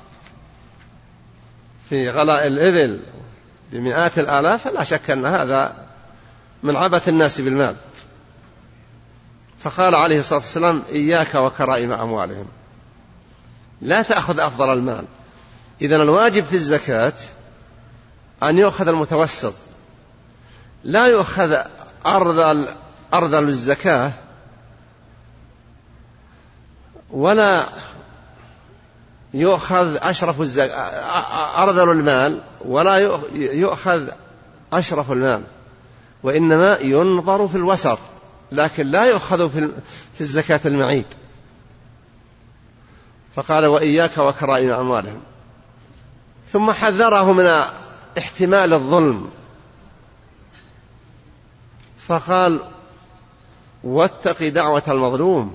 في غلاء الإبل بمئات الآلاف فلا شك أن هذا من عبث الناس بالمال. فقال عليه الصلاة والسلام: إياك وكرائم أموالهم، لا تأخذ أفضل المال. إذن الواجب في الزكاة أن يؤخذ المتوسط، لا يؤخذ أرذل الزكاة ولا يؤخذ أرذل المال ولا يؤخذ أشرف المال، وإنما ينظر في الوسط لكن لا يؤخذ في الزكاة المعيب. فقال وإياك وكرائم أموالهم. ثم حذره من احتمال الظلم فقال واتق دعوة المظلوم.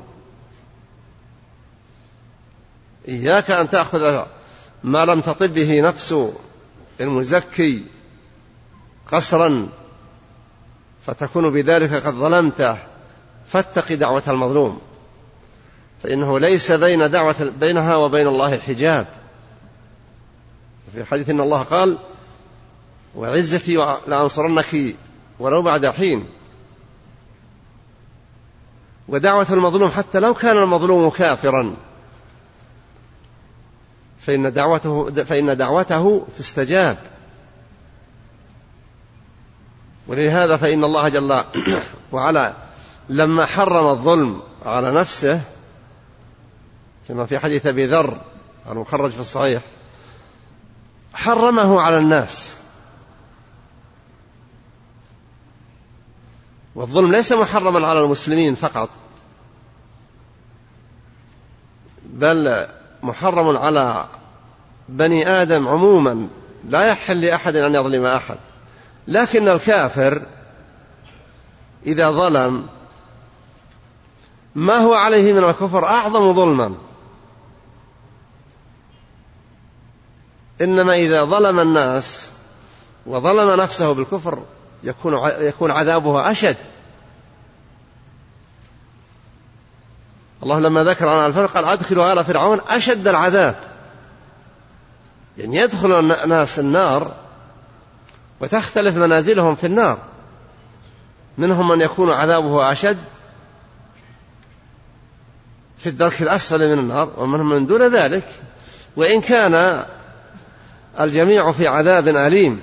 إياك أن تأخذ ما لم تطب به نفس المزكي قسرا فتكون بذلك قد ظلمته، فاتق دعوة المظلوم، فإنه ليس بينها وبين الله حجاب. في حديث إن الله قال وعزتي لأنصرنك ولو بعد حين. ودعوة المظلوم حتى لو كان المظلوم كافرا فإن دعوته تستجاب. ولهذا فإن الله جل وعلا لما حرم الظلم على نفسه كما في حديث أبي ذر المخرج في الصحيح حرمه على الناس. والظلم ليس محرما على المسلمين فقط، بل محرم على بني آدم عموما، لا يحل لأحد أن يظلم أحد. لكن الكافر إذا ظلم ما هو عليه من الكفر أعظم ظلما، إنما إذا ظلم الناس وظلم نفسه بالكفر يكون عذابه أشد. الله لما ذكر عن الفرق قال أدخلوا آل فرعون أشد العذاب، يعني يدخل الناس النار وتختلف منازلهم في النار، منهم من يكون عذابه أشد في الدرك الأسفل من النار، ومنهم من دون ذلك، وإن كان الجميع في عذاب أليم،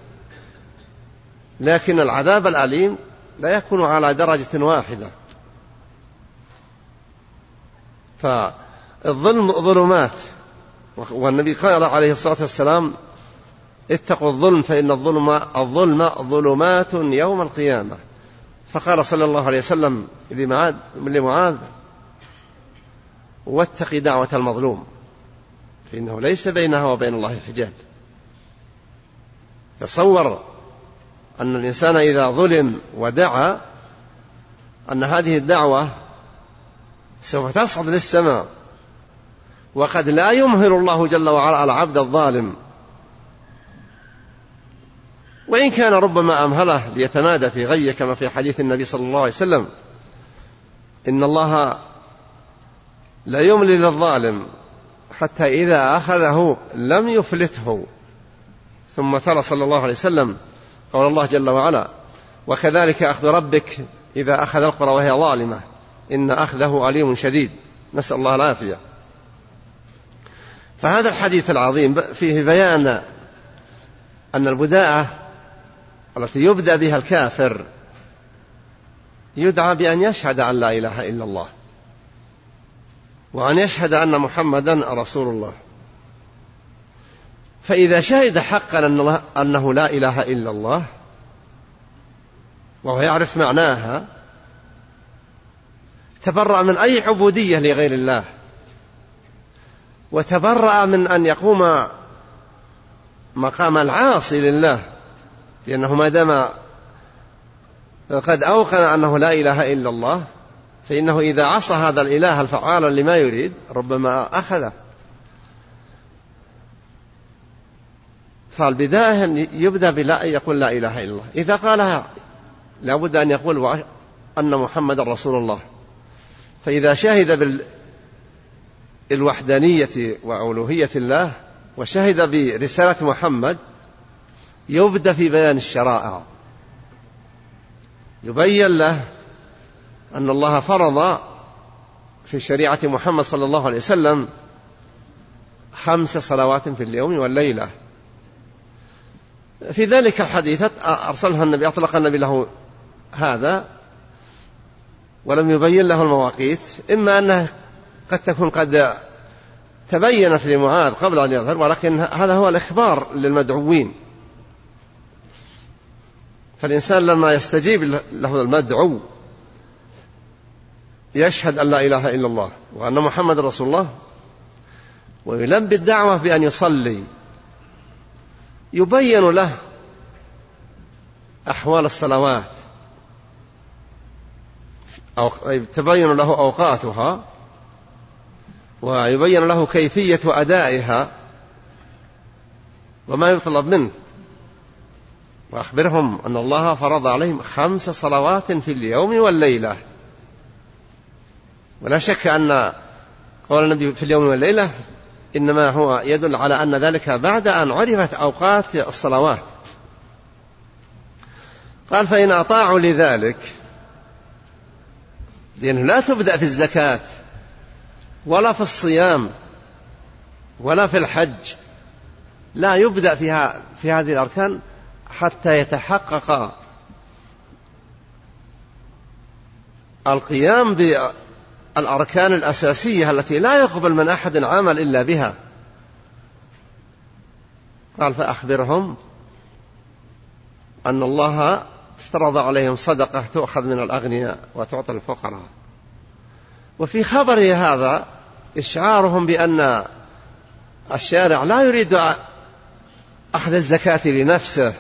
لكن العذاب الأليم لا يكون على درجة واحدة. فالظلم ظلمات، والنبي قال عليه الصلاة والسلام اتقوا الظلم فإن الظلم ظلمات يوم القيامة. فقال صلى الله عليه وسلم لمعاذ واتق دعوة المظلوم فإنه ليس بينها وبين الله حجاب. تصور أن الإنسان إذا ظلم ودعا أن هذه الدعوة سوف تصعد للسماء، وقد لا يمهل الله جل وعلا العبد الظالم، وإن كان ربما أمهله ليتمادى في غيه، كما في حديث النبي صلى الله عليه وسلم إن الله لا يملي للظالم حتى إذا أخذه لم يفلته. ثم تلا صلى الله عليه وسلم قول الله جل وعلا وكذلك أخذ ربك إذا أخذ القرى وهي ظالمة إن أخذه أليم شديد، نسأل الله العافية. فهذا الحديث العظيم فيه بيان أن البداءة التي يبدأ بها الكافر يدعى بأن يشهد أن لا إله إلا الله وأن يشهد أن محمدا رسول الله. فإذا شهد حقا أنه لا إله إلا الله وهو يعرف معناها تبرأ من أي عبودية لغير الله، وتبرأ من أن يقوم مقام العاصي لله، لأنه ما دام قد أوقن أنه لا إله إلا الله فإنه إذا عصى هذا الإله الفعال لما يريد ربما أخذه. فالبداية يبدأ بلا يقول لا إله إلا الله، إذا قالها لابد أن يقول أن محمد رسول الله. فإذا شهد بالوحدانية وألوهية الله وشهد برسالة محمد يبدأ في بيان الشرائع، يبين له أن الله فرض في شريعة محمد صلى الله عليه وسلم 5 صلوات في اليوم والليلة. في ذلك الحديث أرسلها النبي، أطلق النبي له هذا ولم يبين له المواقيت، إما أنها قد تكون قد تبينت لمعاذ قبل أن يظهر، ولكن هذا هو الإخبار للمدعوين. فالإنسان لما يستجيب له المدعو يشهد أن لا إله إلا الله وأن محمد رسول الله ويلبي الدعوة بأن يصلي، يبين له أحوال الصلوات أو تبين له أوقاتها، ويبين له كيفية أدائها وما يطلب منه. وأخبرهم أن الله فرض عليهم 5 صلوات في اليوم والليلة. ولا شك أن قول النبي في اليوم والليلة إنما هو يدل على أن ذلك بعد أن عرفت أوقات الصلوات. قال فإن أطاعوا لذلك، لأنه لا تبدأ في الزكاة ولا في الصيام ولا في الحج، لا يبدأ في هذه الأركان حتى يتحقق القيام بالأركان الأساسية التي لا يقبل من أحد عمل إلا بها. قال فأخبرهم أن الله افترض عليهم صدقة تؤخذ من الأغنياء وتعطى الفقراء. وفي خبره هذا إشعارهم بأن الشارع لا يريد أخذ الزكاة لنفسه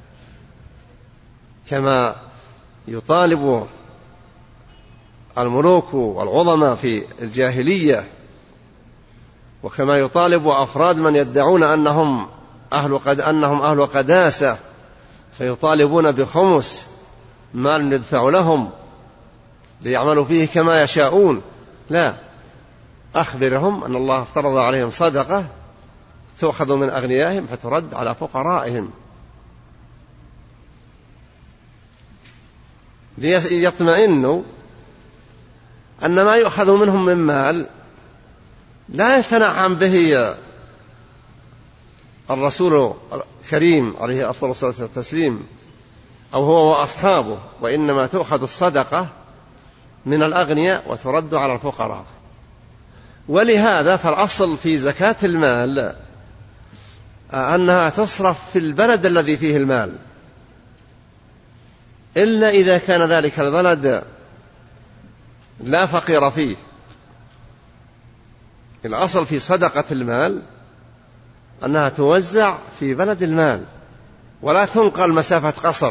كما يطالب الملوك والعظماء في الجاهلية، وكما يطالب أفراد من يدعون أنهم أهل قداسة فيطالبون بخمس مال يدفع لهم ليعملوا فيه كما يشاءون. لا، أخبرهم أن الله افترض عليهم صدقة تؤخذ من أغنيائهم فترد على فقرائهم، ليطمئنوا أن ما يؤخذ منهم من مال لا يتنعم به الرسول الكريم عليه أفضل الصلاة والتسليم أو هو وأصحابه، وإنما تؤخذ الصدقة من الأغنياء وترد على الفقراء. ولهذا فالأصل في زكاة المال أنها تصرف في البلد الذي فيه المال، إلا إذا كان ذلك البلد لا فقير فيه. الأصل في صدقة المال أنها توزع في بلد المال ولا تنقل مسافة قصر،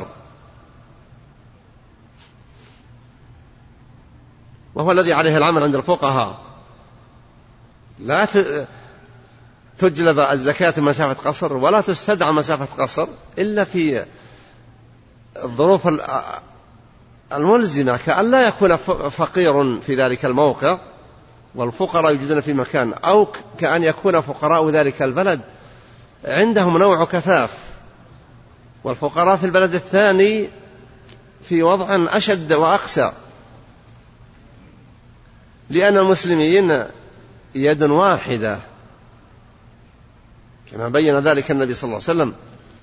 وهو الذي عليه العمل عند الفقهاء. لا تجلب الزكاة مسافة قصر ولا تستدعى مسافة قصر إلا في الظروف الملزمة، كأن لا يكون فقير في ذلك الموقع والفقراء يوجدون في مكان، أو كأن يكون فقراء ذلك البلد عندهم نوع كفاف والفقراء في البلد الثاني في وضع أشد وأقسى، لأن المسلمين يد واحدة كما بين ذلك النبي صلى الله عليه وسلم: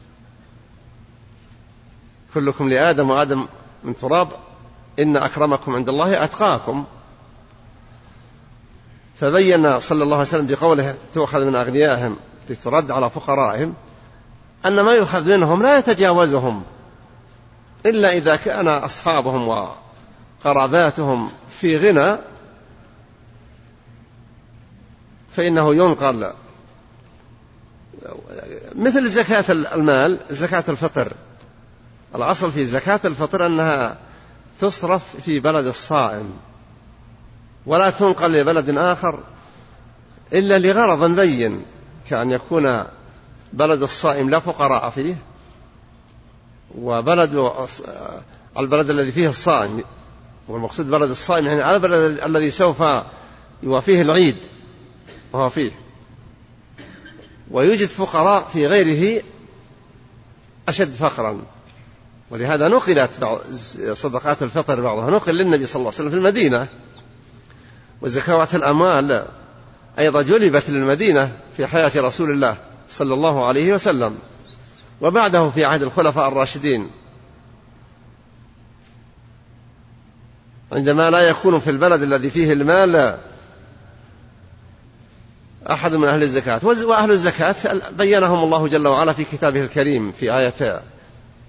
كلكم لآدم وآدم من تراب إن أكرمكم عند الله أتقاكم. فبين صلى الله عليه وسلم بقوله تؤخذ من أغنيائهم لترد على فقرائهم أن ما يؤخذ منهم لا يتجاوزهم إلا إذا كان أصحابهم وقراباتهم في غنى، فإنه ينقل. مثل زكاة المال زكاة الفطر، الأصل في زكاة الفطر أنها تصرف في بلد الصائم ولا تنقل لبلد آخر إلا لغرض بين، كأن يكون بلد الصائم لا فقراء فيه، البلد الذي فيه الصائم، والمقصود بلد الصائم يعني على البلد الذي سوف يوافيه العيد وهو فيه، ويوجد فقراء في غيره أشد فقرا. ولهذا نقلت صدقات الفطر بعضها نقل للنبي صلى الله عليه وسلم في المدينة، وزكوات الأموال أيضا جلبت للمدينة في حياة رسول الله صلى الله عليه وسلم، وبعده في عهد الخلفاء الراشدين، عندما لا يكون في البلد الذي فيه المال أحد من أهل الزكاة. وأهل الزكاة بينهم الله جل وعلا في كتابه الكريم في آية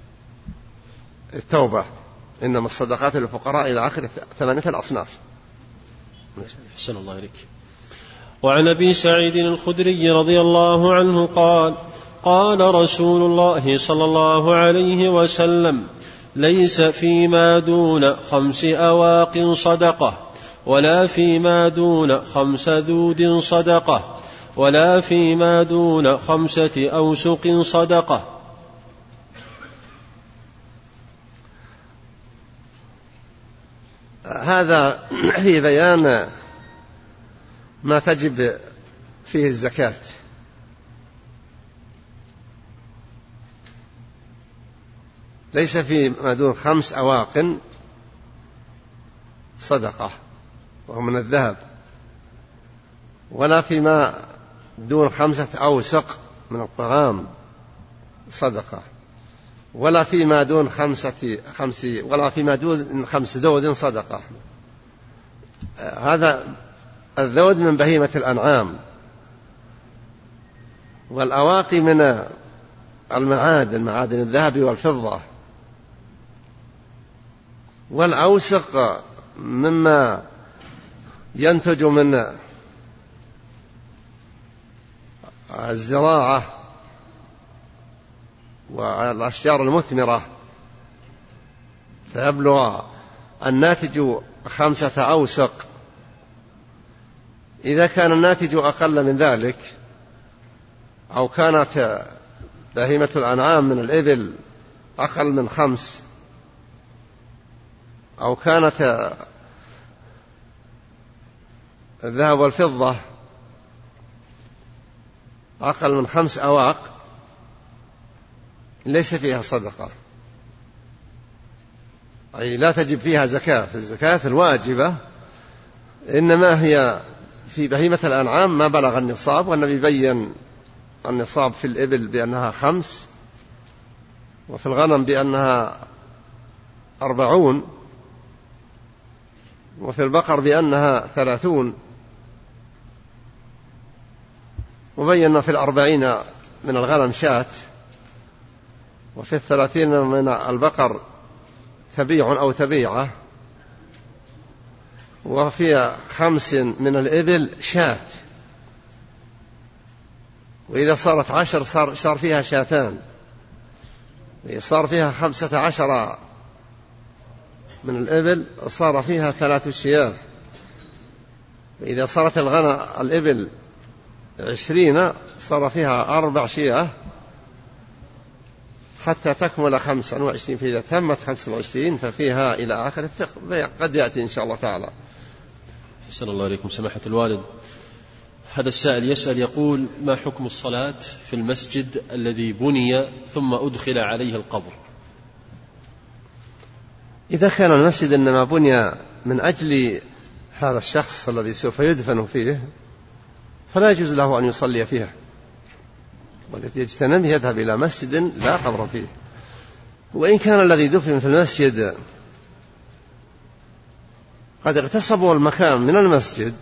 التوبة: إنما الصدقات للفقراء إلى آخر 8 الأصناف. أحسن الله إليك. وعن أبي سعيد الخدري رضي الله عنه قال قال رسول الله صلى الله عليه وسلم: ليس فيما دون 5 أواق صدقة، ولا فيما دون 5 ذود صدقة، ولا فيما دون 5 أوسق صدقة. هذا في بيان ما تجب فيه الزكاة. ليس فيما دون 5 أواق صدقة وهو من الذهب، ولا فيما دون 5 أوسق من الطعام صدقة، ولا فيما دون 5 ذود صدقة. هذا الذود من بهيمة الأنعام، والأواقي من معادن الذهب والفضة، والأوسق مما ينتج من الزراعة والأشجار المثمرة، فيبلغ الناتج 5 أوسق. إذا كان الناتج أقل من ذلك، أو كانت بهيمة الأنعام من الإبل أقل من 5، أو كانت الذهب والفضة أقل من 5 أواق، ليس فيها صدقة، أي لا تجب فيها زكاة. الزكاة الواجبة إنما هي في بهيمة الأنعام ما بلغ النصاب، والنبي بين النصاب في الإبل بأنها 5، وفي الغنم بأنها 40، وفي البقر بأنها 30، وبينا في 40 من الغنم شاة، وفي 30 من البقر تبيع أو تبيعة، وفي 5 من الإبل شاة، وإذا صارت 10 صار فيها شاتان، وإذا صار فيها 15 من الإبل صار فيها 3 شياه، وإذا صارت الإبل 20 صار فيها 4 شياه، حتى تكمل 25. فإذا تمت 25 ففيها إلى آخر الفقه، قد يأتي إن شاء الله تعالى. أحسن الله إليكم سماحة الوالد. هذا السائل يسأل يقول: ما حكم الصلاة في المسجد الذي بني ثم أدخل عليه القبر؟ إذا كان المسجد إنما بني من أجل هذا الشخص الذي سوف يدفن فيه، فلا يجوز له أن يصلي فيه، والذي يجتنب يذهب إلى مسجد لا قبر فيه. وإن كان الذي دفن في المسجد قد اغتصبوا المكان من المسجد،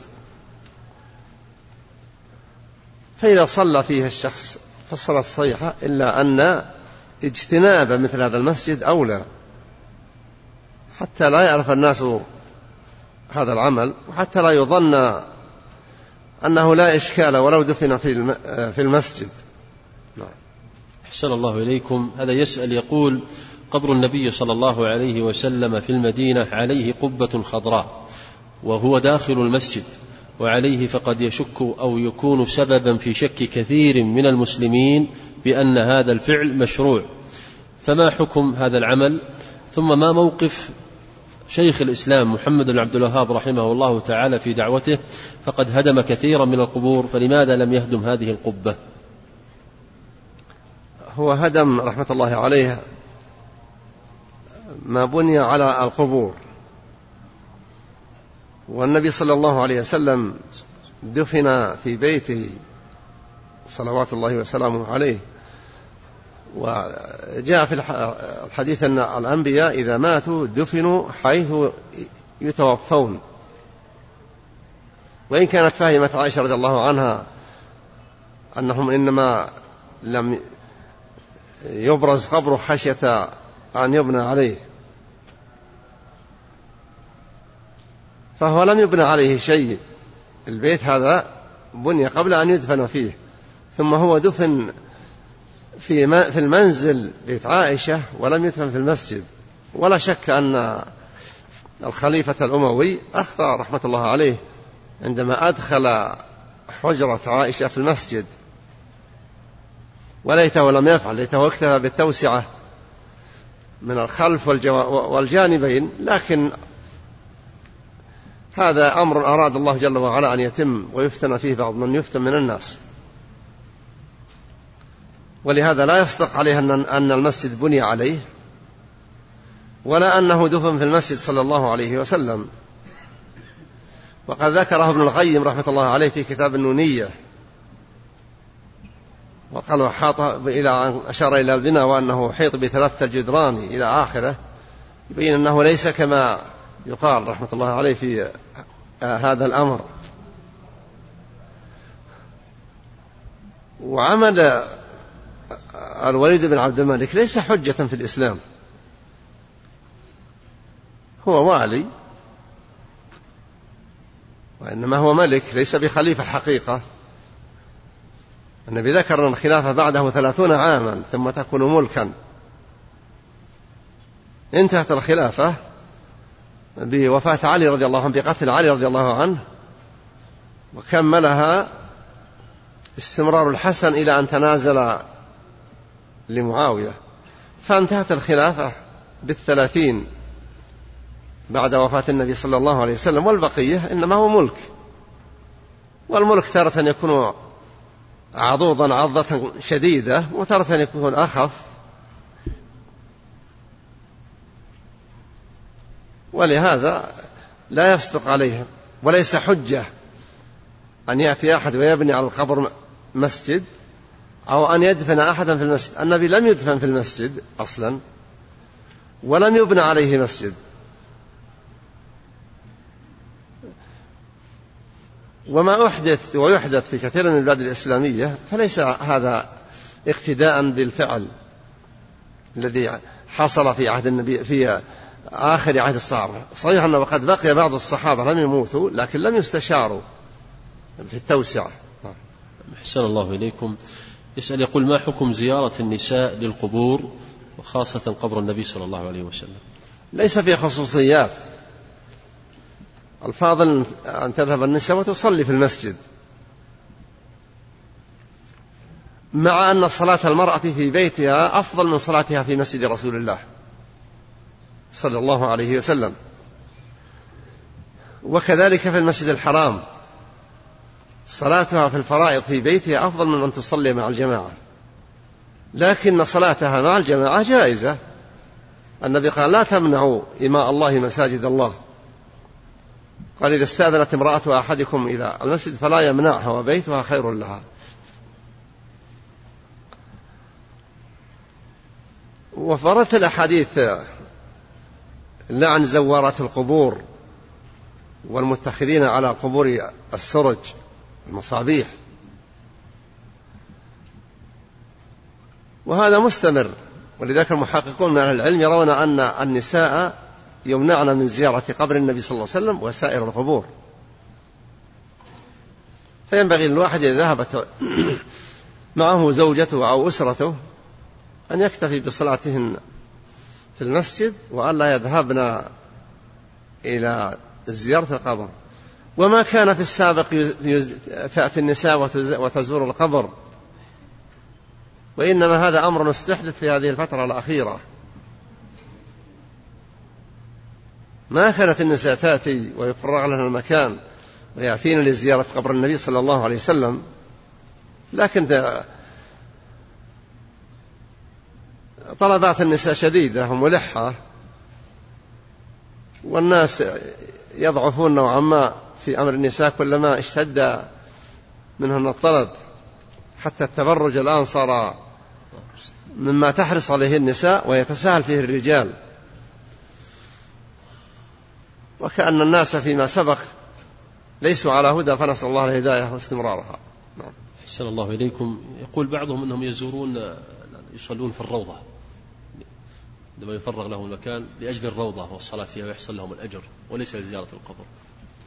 فإذا صلى فيه الشخص فالصلاة صحيحة، إلا أن اجتناب مثل هذا المسجد أولى، حتى لا يعرف الناس هذا العمل، وحتى لا يظن أنه لا إشكال ولو دفن في المسجد. أحسن الله إليكم. هذا يسأل يقول: قبر النبي صلى الله عليه وسلم في المدينة عليه قبة خضراء وهو داخل المسجد وعليه، فقد يشك أو يكون سببا في شك كثير من المسلمين بأن هذا الفعل مشروع، فما حكم هذا العمل؟ ثم ما موقف شيخ الإسلام محمد بن عبد الوهاب رحمه الله تعالى في دعوته، فقد هدم كثيرا من القبور، فلماذا لم يهدم هذه القبة؟ هو هدم رحمة الله عليه ما بني على القبور، والنبي صلى الله عليه وسلم دفن في بيته صلوات الله وسلامه عليه، وجاء في الحديث أن الأنبياء إذا ماتوا دفنوا حيث يتوفون. وإن كانت فاهمة عائشة رضي الله عنها أنهم إنما لم يبرز قبره خشية أن يبنى عليه، فهو لم يبنى عليه شيء، البيت هذا بني قبل أن يدفن فيه، ثم هو دفن في المنزل بيت عائشة ولم يدفن في المسجد. ولا شك أن الخليفة الأموي أخطأ رحمة الله عليه عندما أدخل حجرة عائشة في المسجد، وليته لم يفعل، ليته اكتفى بالتوسعة من الخلف والجانبين، لكن هذا أمر أراد الله جل وعلا أن يتم ويفتن فيه بعض من يفتن من الناس، ولهذا لا يصدق عليه أن المسجد بني عليه ولا أنه دفن في المسجد صلى الله عليه وسلم. وقد ذكره ابن القيم رحمة الله عليه في كتاب النونية، وقال وحاط إلى أشار إلى البناء وأنه حيط بثلاثة جدران إلى آخره، يبين أنه ليس كما يقال رحمة الله عليه في هذا الأمر. وعمل الوليد بن عبد الملك ليس حجة في الإسلام، هو والي وإنما هو ملك ليس بخليفة حقيقة. النبي ذكر أن الخلافة بعده 30 عاما ثم تكون ملكا. انتهت الخلافة بوفاة علي رضي الله عنه، بقتل علي رضي الله عنه، وكملها استمرار الحسن إلى أن تنازل لمعاوية، فانتهت الخلافة 30 بعد وفاة النبي صلى الله عليه وسلم، والبقية إنما هو ملك. والملك تارة يكون عضوضا عضة شديدة، وتارة يكون أخف، ولهذا لا يصدق عليه وليس حجة أن يأتي أحد ويبني على القبر مسجد أو أن يدفن أحدا في المسجد. النبي لم يدفن في المسجد أصلا ولم يبنى عليه مسجد. وما أحدث ويحدث في كثير من البلاد الإسلامية فليس هذا اقتداء بالفعل الذي حصل في عهد النبي في آخر عهد الصحابة. صحيح أنه قد بقي بعض الصحابة لم يموتوا لكن لم يستشاروا في التوسعة. أحسن الله إليكم. يسأل يقول ما حكم زيارة النساء للقبور وخاصة قبر النبي صلى الله عليه وسلم؟ ليس في خصوصيات، الفاضل أن تذهب النساء وتصلي في المسجد، مع أن صلاة المرأة في بيتها أفضل من صلاتها في مسجد رسول الله صلى الله عليه وسلم، وكذلك في المسجد الحرام صلاتها في الفرائض في بيتها أفضل من أن تصلي مع الجماعة، لكن صلاتها مع الجماعة جائزة. النبي قال لا تمنعوا إماء الله مساجد الله، قال إذا استأذنت امرأة أحدكم إلى المسجد فلا يمنعها وبيتها خير لها. وفرت الأحاديث لعن زوارات القبور والمتخذين على قبور السرج المصابيح، وهذا مستمر. ولذلك المحققون من أهل العلم يرون أن النساء يمنعن من زيارة قبر النبي صلى الله عليه وسلم وسائر القبور، فينبغي للواحد إذا ذهبت معه زوجته أو أسرته أن يكتفي بصلاتهن في المسجد وأن لا يذهبن إلى زيارة القبر. وما كان في السابق تأتي النساء وتزور القبر، وإنما هذا أمر استحدث في هذه الفترة الأخيرة. ما كانت النساء تأتي ويفرغ لها المكان ويأتين لزيارة قبر النبي صلى الله عليه وسلم، لكن طلبات النساء شديدة وملحة، والناس يضعفون نوعا ما في أمر النساء كلما اشتد منهن الطلب، حتى التبرج الآن صار مما تحرص عليه النساء ويتساهل فيه الرجال، وكأن الناس فيما سبق ليسوا على هدى، فنسأل الله الهداية واستمرارها. نعم. أحسن الله إليكم. يقول بعضهم أنهم يصلون في الروضة عندما يفرغ لهم المكان لأجل الروضة والصلاة فيها ويحصل لهم الأجر وليس لزيارة القبر.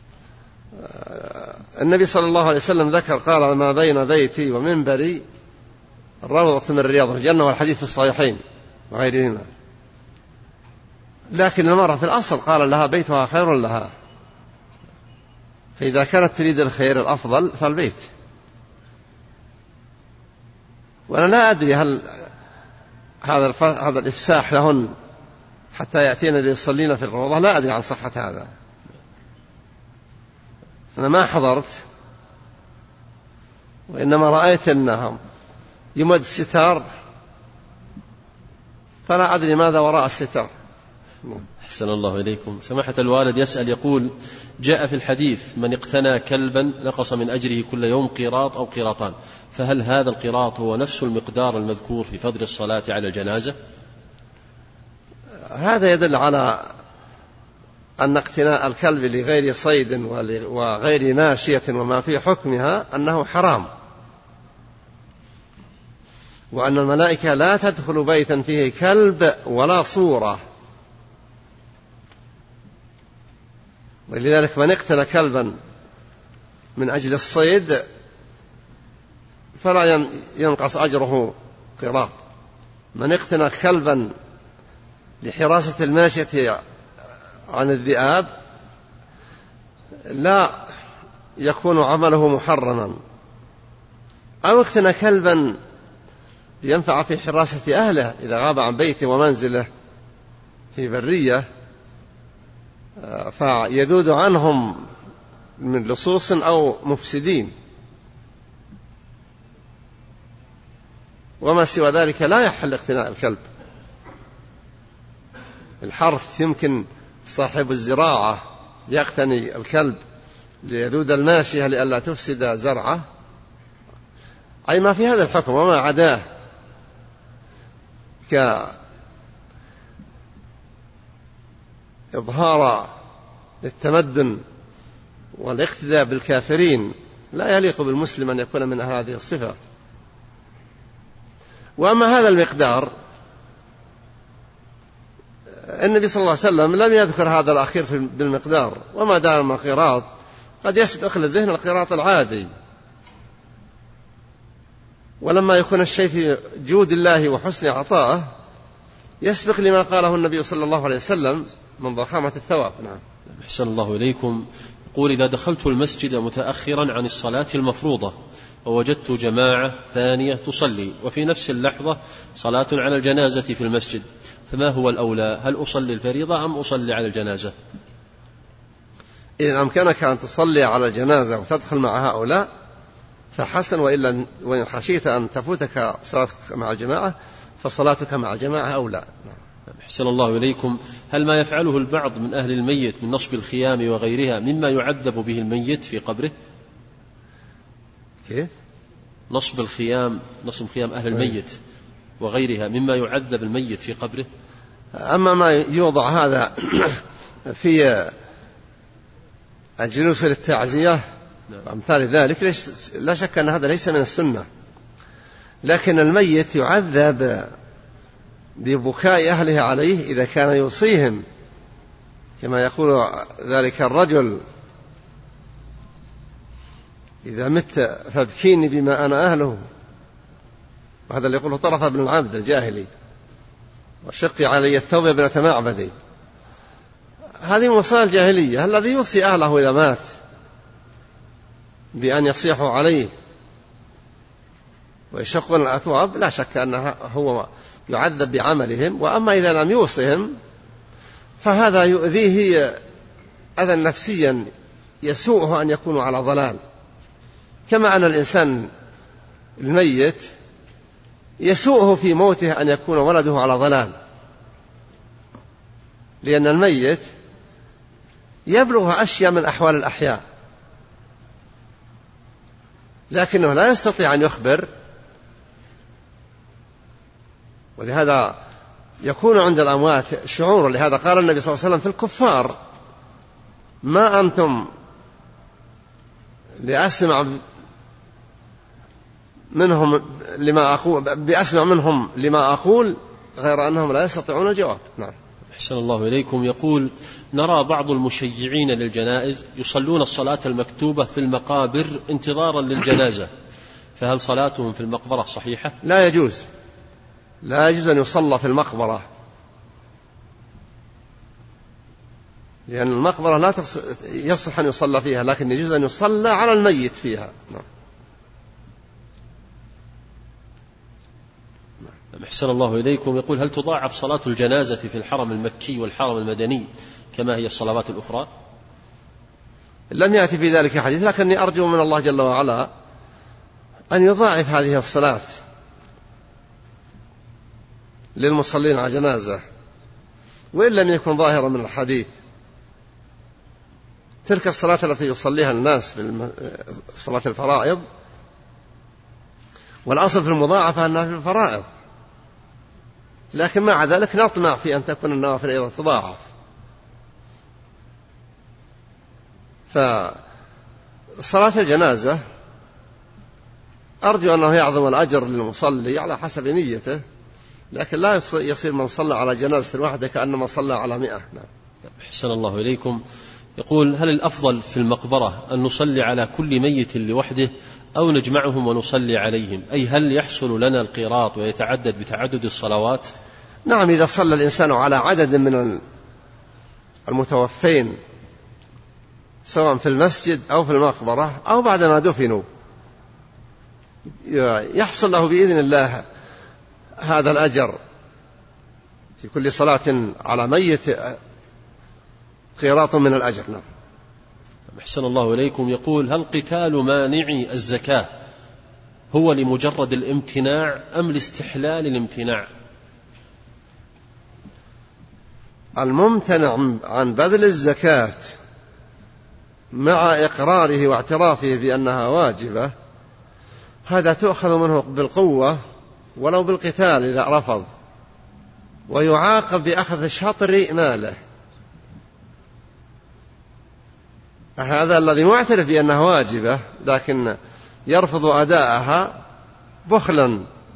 النبي صلى الله عليه وسلم ذكر قال ما بين بيتي ومنبري روضة من رياض الجنة، والحديث في الصحيحين وغيرهما. لكن المرأة في الأصل قال لها بيتها خير لها، فإذا كانت تريد الخير الأفضل فالبيت. وأنا لا أدري هل هذا الإفساح لهن حتى يأتينا ليصلين في الروضة، لا أدري عن صحة هذا، أنا ما حضرت، وإنما رأيت أنهم يمد الستار، فلا أدري ماذا وراء الستار. أحسن الله إليكم. سماحة الوالد يسأل يقول: جاء في الحديث من اقتنى كلبا نقص من أجره كل يوم قيراط أو قيراطان، فهل هذا القيراط هو نفس المقدار المذكور في فضل الصلاة على الجنازة؟ هذا يدل على أن اقتناء الكلب لغير صيد وغير ماشية وما في حكمها أنه حرام، وأن الملائكة لا تدخل بيتا فيه كلب ولا صورة. ولذلك من اقتنى كلبا من أجل الصيد فلا ينقص أجره قيراط. من اقتنى كلبا لحراسة الماشية عن الذئاب لا يكون عمله محرما. أو اقتنى كلبا لينفع في حراسة أهله إذا غاب عن بيته ومنزله في برية فيذود عنهم من لصوص أو مفسدين، وما سوى ذلك لا يحل اقتناء الكلب. الحرث يمكن صاحب الزراعة يقتني الكلب ليذود الماشية لئلا تفسد زرعه، أي ما في هذا الحكم. وما عداه كإظهار للتمدن والاقتداء بالكافرين لا يليق بالمسلم أن يكون من هذه الصفة. وأما هذا المقدار، النبي صلى الله عليه وسلم لم يذكر هذا الأخير بالمقدار، وما دام القيراط قد يسبق للذهن القيراط العادي، ولما يكون الشيء في جود الله وحسن عطائه يسبق لما قاله النبي صلى الله عليه وسلم من ضخامة الثواب. نعم. أحسن الله إليكم. يقول: إذا دخلت المسجد متأخرا عن الصلاة المفروضة ووجدت جماعة ثانية تصلي وفي نفس اللحظة صلاة على الجنازة في المسجد، فما هو الأولى؟ هل أصلي الفريضة أم أصلي على الجنازة؟ إذا أمكنك أن تصلي على الجنازة وتدخل مع هؤلاء فحسن، وإلا وإن خشيت أن تفوتك صلاتك مع الجماعة فصلاتك مع الجماعة أولى. أحسن الله إليكم. هل ما يفعله البعض من أهل الميت من نصب الخيام وغيرها مما يعذب به الميت في قبره؟ كيف؟ نصب خيام أهل الميت وغيرها مما يعذب الميت في قبره. أما ما يوضع هذا في الجلوس للتعزية وأمثال ذلك لا شك أن هذا ليس من السنة، لكن الميت يعذب ببكاء أهله عليه إذا كان يوصيهم، كما يقول ذلك الرجل: إذا مت فابكيني بما أنا أهله. وهذا اللي يقوله طرف بن العبد الجاهلي: وشقي علي الثوب يا ابنة معبدي. هذه من وصايا الجاهلية. الذي يوصي أهله إذا مات بأن يصيحوا عليه ويشقون الأثواب لا شك أنه هو يعذب بعملهم. وأما إذا لم يوصهم فهذا يؤذيه أذى نفسيا يسوءه أن يكونوا على ضلال، كما أن الإنسان الميت يسوءه في موته أن يكون ولده على ضلال، لأن الميت يبلغ أشياء من أحوال الأحياء لكنه لا يستطيع أن يخبر، ولهذا يكون عند الأموات شعور. لهذا قال النبي صلى الله عليه وسلم في الكفار: ما أنتم بأسمع منهم لما أقول غير أنهم لا يستطيعون الجواب. نعم. أحسن الله إليكم. يقول: نرى بعض المشيعين للجنائز يصلون الصلاة المكتوبة في المقابر انتظارا للجنازة، فهل صلاتهم في المقبرة صحيحة؟ لا يجوز أن يصلى في المقبرة، لأن المقبرة لا يصح أن يصلى فيها، لكن يجوز أن يصلى على الميت فيها. أحسن الله إليكم. يقول: هل تضاعف صلاة الجنازة في الحرم المكي والحرم المدني كما هي الصلوات الأخرى؟ لم يأتي في ذلك حديث، لكني أرجو من الله جل وعلا أن يضاعف هذه الصلاة للمصلين على جنازة، وإن لم يكن ظاهرا من الحديث. تلك الصلاة التي يصليها الناس في صلاة الفرائض، والأصل في المضاعفة أنها في الفرائض، لكن مع ذلك نطمع في أن تكون النوافل أيضا تضاعف. فصلاة الجنازة أرجو أنه يعظم الأجر للمصلي على حسب نيته، لكن لا يصير من صلى على جنازة واحدة كأنما صلى على 100. نعم. أحسن الله إليكم. يقول: هل الأفضل في المقبرة أن نصلي على كل ميت لوحده أو نجمعهم ونصلي عليهم؟ أي هل يحصل لنا القيراط ويتعدد بتعدد الصلوات؟ نعم، إذا صلى الإنسان على عدد من المتوفين سواء في المسجد أو في المقبرة أو بعدما دفنوا، يحصل له بإذن الله هذا الأجر في كل صلاة على ميت قيراط من الأجر. نعم. أحسن الله إليكم. يقول: هل قتال مانعي الزكاة هو لمجرد الامتناع أم لاستحلال الامتناع؟ الممتنع عن بذل الزكاة مع إقراره واعترافه بأنها واجبة، هذا تؤخذ منه بالقوة ولو بالقتال إذا رفض، ويعاقب بأخذ شطر ماله. هذا الذي معترف بأنها واجبة لكن يرفض أداءها بخلا،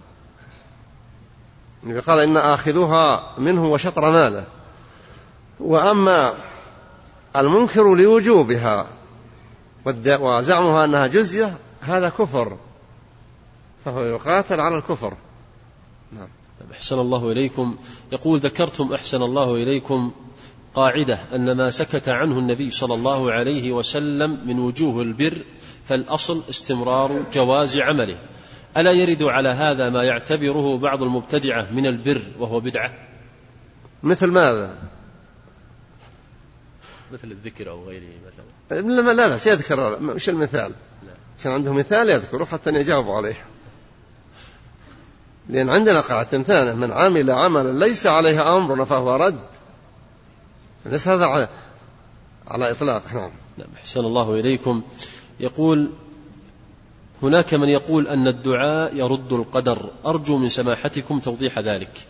قال إن آخذها منه وشطر ماله. وأما المنكر لوجوبها وزعمها أنها جزية، هذا كفر، فهو يقاتل على الكفر. نعم. أحسن الله إليكم. يقول: ذكرتم أحسن الله إليكم قاعدة أن ما سكت عنه النبي صلى الله عليه وسلم من وجوه البر فالأصل استمرار جواز عمله، ألا يرد على هذا ما يعتبره بعض المبتدعة من البر وهو بدعة؟ مثل ماذا؟ مثل الذكر أو غيره مثلا. لا بس يذكر، مش المثال، كان عنده مثال يذكره حتى يجاوب عليه، لأن عندنا قاعدة ثانية: من عمل عملا ليس عليه أمرنا فهو رد، ليس هذا على إطلاق. نعم. أحسن الله إليكم. يقول: هناك من يقول أن الدعاء يرد القدر، أرجو من سماحتكم توضيح ذلك.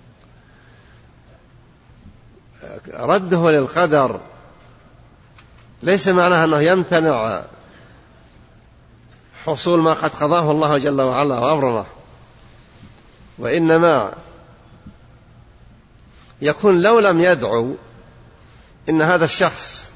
رده للقدر ليس معناه أنه يمتنع حصول ما قد قضاه الله جل وعلا وأبرمه، وإنما يكون لو لم يدعو إن هذا الشخص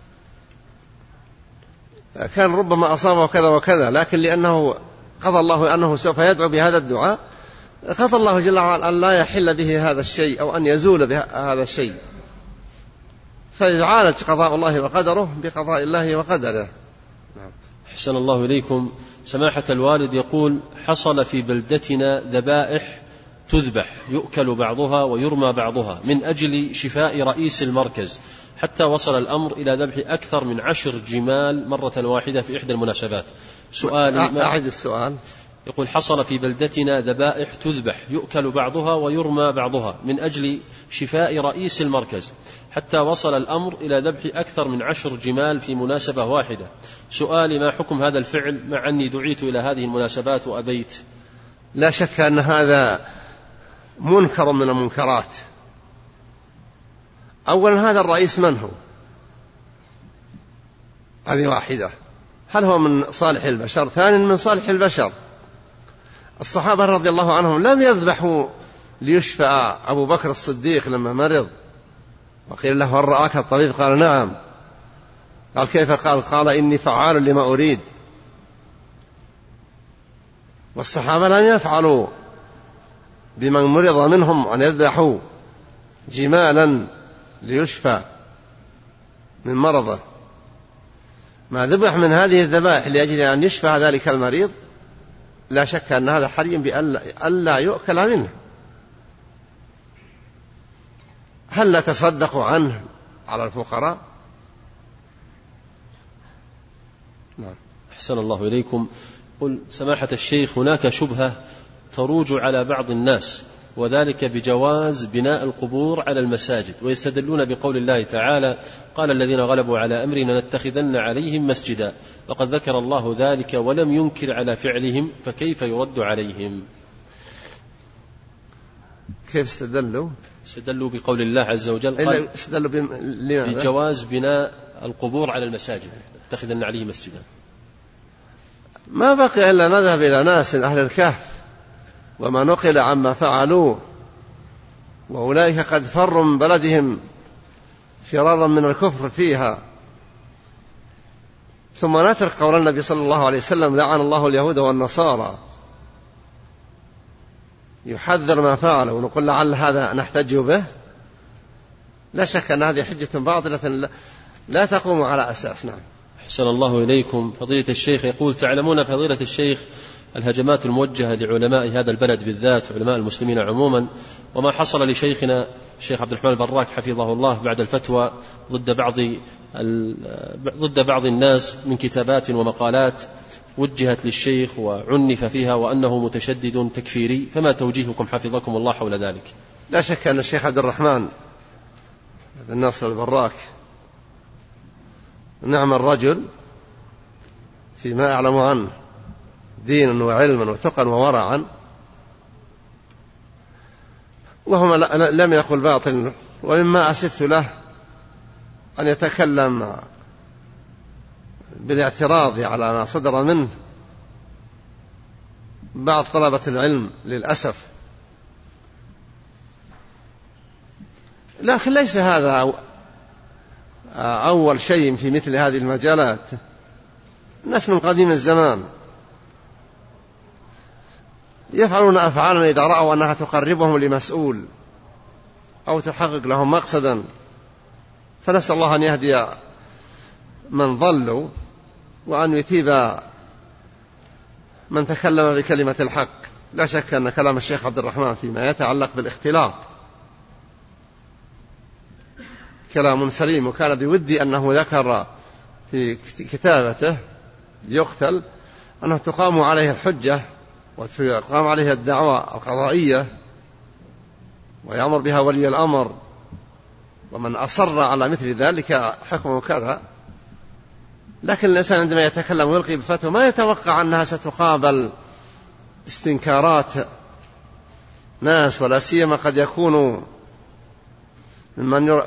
كان ربما أصابه كذا وكذا، لكن لأنه قضى الله أنه سوف يدعو بهذا الدعاء، قضى الله جل وعلا أن لا يحل به هذا الشيء أو أن يزول بهذا الشيء، فيعالج قضاء الله وقدره بقضاء الله وقدره. أحسن الله إليكم. سماحة الوالد يقول: حصل في بلدتنا ذبائح تذبح يؤكل بعضها ويرمى بعضها من أجل شفاء رئيس المركز، حتى وصل الأمر إلى ذبح أكثر من 10 جمال مرة واحدة في إحدى المناسبات. سؤالي أعد السؤال. يقول: حصل في بلدتنا ذبائح تذبح يؤكل بعضها ويرمى بعضها من أجل شفاء رئيس المركز، حتى وصل الأمر إلى ذبح أكثر من 10 جمال في مناسبة واحدة. سؤالي: ما حكم هذا الفعل مع أني دعيت إلى هذه المناسبات وأبيت؟ لا شك أن هذا منكر من المنكرات. أولا، هذا الرئيس من هو؟ هذه واحدة، هل هو من صالح البشر؟ ثانيا، من صالح البشر الصحابة رضي الله عنهم لم يذبحوا ليشفى أبو بكر الصديق لما مرض، وقيل له هل رآك الطبيب؟ قال نعم. قال كيف؟ قال إني فعال لما أريد. والصحابة لم يفعلوا بمن مرض منهم أن يذبحوا جمالا ليشفى من مرضه، ما ذبح من هذه الذبائح لأجل أن يشفى ذلك المريض لا شك أن هذا حري بألا يؤكل منه. هل لا تصدقوا عنه على الفقراء؟ نعم. أحسن الله إليكم. قل سماحة الشيخ، هناك شبهة تروج على بعض الناس، وذلك بجواز بناء القبور على المساجد، ويستدلون بقول الله تعالى قال الذين غلبوا على أمرنا نتخذن عليهم مسجدا، وقد ذكر الله ذلك ولم ينكر على فعلهم، فكيف يرد عليهم؟ كيف استدلوا؟ استدلوا بقول الله عز وجل قال بجواز بناء القبور على المساجد نتخذن عليهم مسجدا. ما بقي إلا نذهب إلى ناس أهل الكهف وما نقل عما فعلوه، وأولئك قد فروا من بلدهم فرارا من الكفر فيها، ثم نترك قول النبي صلى الله عليه وسلم لعن الله اليهود والنصارى، يحذر ما فعلوا، ونقول لعل هذا نحتج به؟ لا شك أن هذه حجة باطلة لا تقوم على أساس. نعم. أحسن الله إليكم. فضيلة الشيخ يقول تعلمون فضيلة الشيخ الهجمات الموجهة لعلماء هذا البلد بالذات علماء المسلمين عموما، وما حصل لشيخنا الشيخ عبد الرحمن البراك حفظه الله بعد الفتوى ضد بعض الناس من كتابات ومقالات وجهت للشيخ وعنف فيها وأنه متشدد تكفيري، فما توجيهكم حفظكم الله حول ذلك؟ لا شك أن الشيخ عبد الرحمن بن ناصر البراك نعم الرجل فيما أعلم عنه دينا وعلما وتقا وورعا، وهو لم يقل باطل، ومما أسفت له أن يتكلم بالاعتراض على ما صدر منه بعض طلبة العلم للأسف. لكن ليس هذا أول شيء في مثل هذه المجالات، الناس من قديم الزمان يفعلون أفعالا إذا رأوا أنها تقربهم لمسؤول أو تحقق لهم مقصدا، فنسأل الله أن يهدي من ضلوا وأن يثيب من تكلم بكلمة الحق. لا شك أن كلام الشيخ عبد الرحمن فيما يتعلق بالاختلاط كلام سليم، وكان بودي أنه ذكر في كتابته يقتل أنه تقام عليه الحجة وتقام عليه الدعوة القضائية ويأمر بها ولي الأمر، ومن أصر على مثل ذلك حكمه كذا. لكن الإنسان عندما يتكلم ويلقي بالفتوى ما يتوقع أنها ستقابل استنكارات ناس، ولا سيما قد يكونوا ممن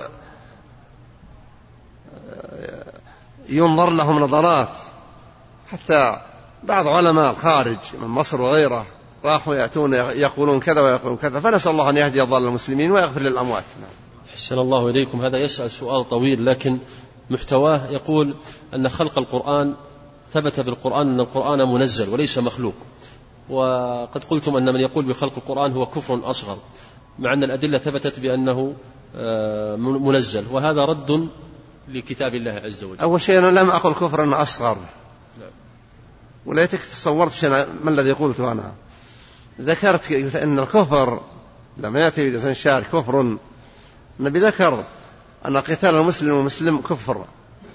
ينظر لهم نظرات، حتى بعض علماء الخارج من مصر وغيره راحوا يأتون يقولون كذا ويقولون كذا، فنسأل الله أن يهدي ضال المسلمين ويغفر للأموات. أحسن الله إليكم. هذا يسأل سؤال طويل لكن محتواه يقول أن خلق القرآن ثبت بالقرآن أن القرآن منزل وليس مخلوق، وقد قلتم أن من يقول بخلق القرآن هو كفر أصغر، مع أن الأدلة ثبتت بأنه منزل، وهذا رد لكتاب الله عز وجل. أول شيء أنا لم أقل كفرا أصغر، وليتك تصورت ما الذي قلته أنا. ذكرت أن الكفر لما يأتي الإنسان شاعر كفر، النبي ذكر أن قتال المسلم والمسلم كفر،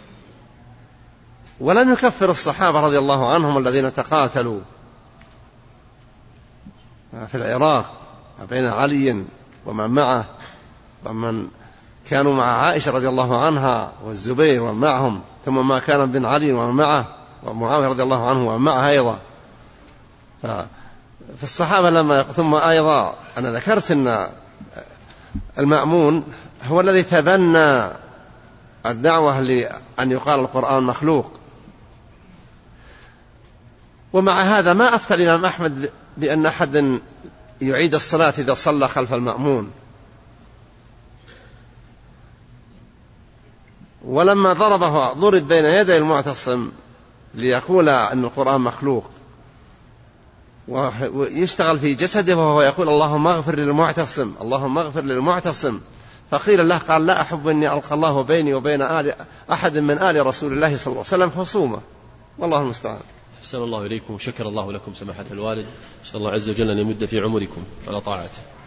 ولم يكفر الصحابة رضي الله عنهم الذين تقاتلوا في العراق بين علي ومن معه ومن كانوا مع عائشة رضي الله عنها والزبير ومن معهم، ثم ما كان بن علي ومن معه ومعاوية رضي الله عنه ومن معه أيضا. في الصحابة لما ثم أيضا أنا ذكرت أن المأمون هو الذي تبنى الدعوة لأن يقال القرآن مخلوق، ومع هذا ما أفتى الإمام أحمد بأن أحد يعيد الصلاة إذا صلى خلف المأمون، ولما ضربه ضرب بين يدي المعتصم ليقول أن القرآن مخلوق، ويشتغل في جسده وهو يقول اللهم اغفر للمعتصم اللهم اغفر للمعتصم. فقيل له قال لا أحب أني ألقى الله بيني وبين أحد من آل رسول الله صلى الله عليه وسلم خصومة، والله المستعان. أحسن الله إليكم وشكر الله لكم سماحة الوالد، أسأل الله عز وجل أن يمد في عمركم على طاعته.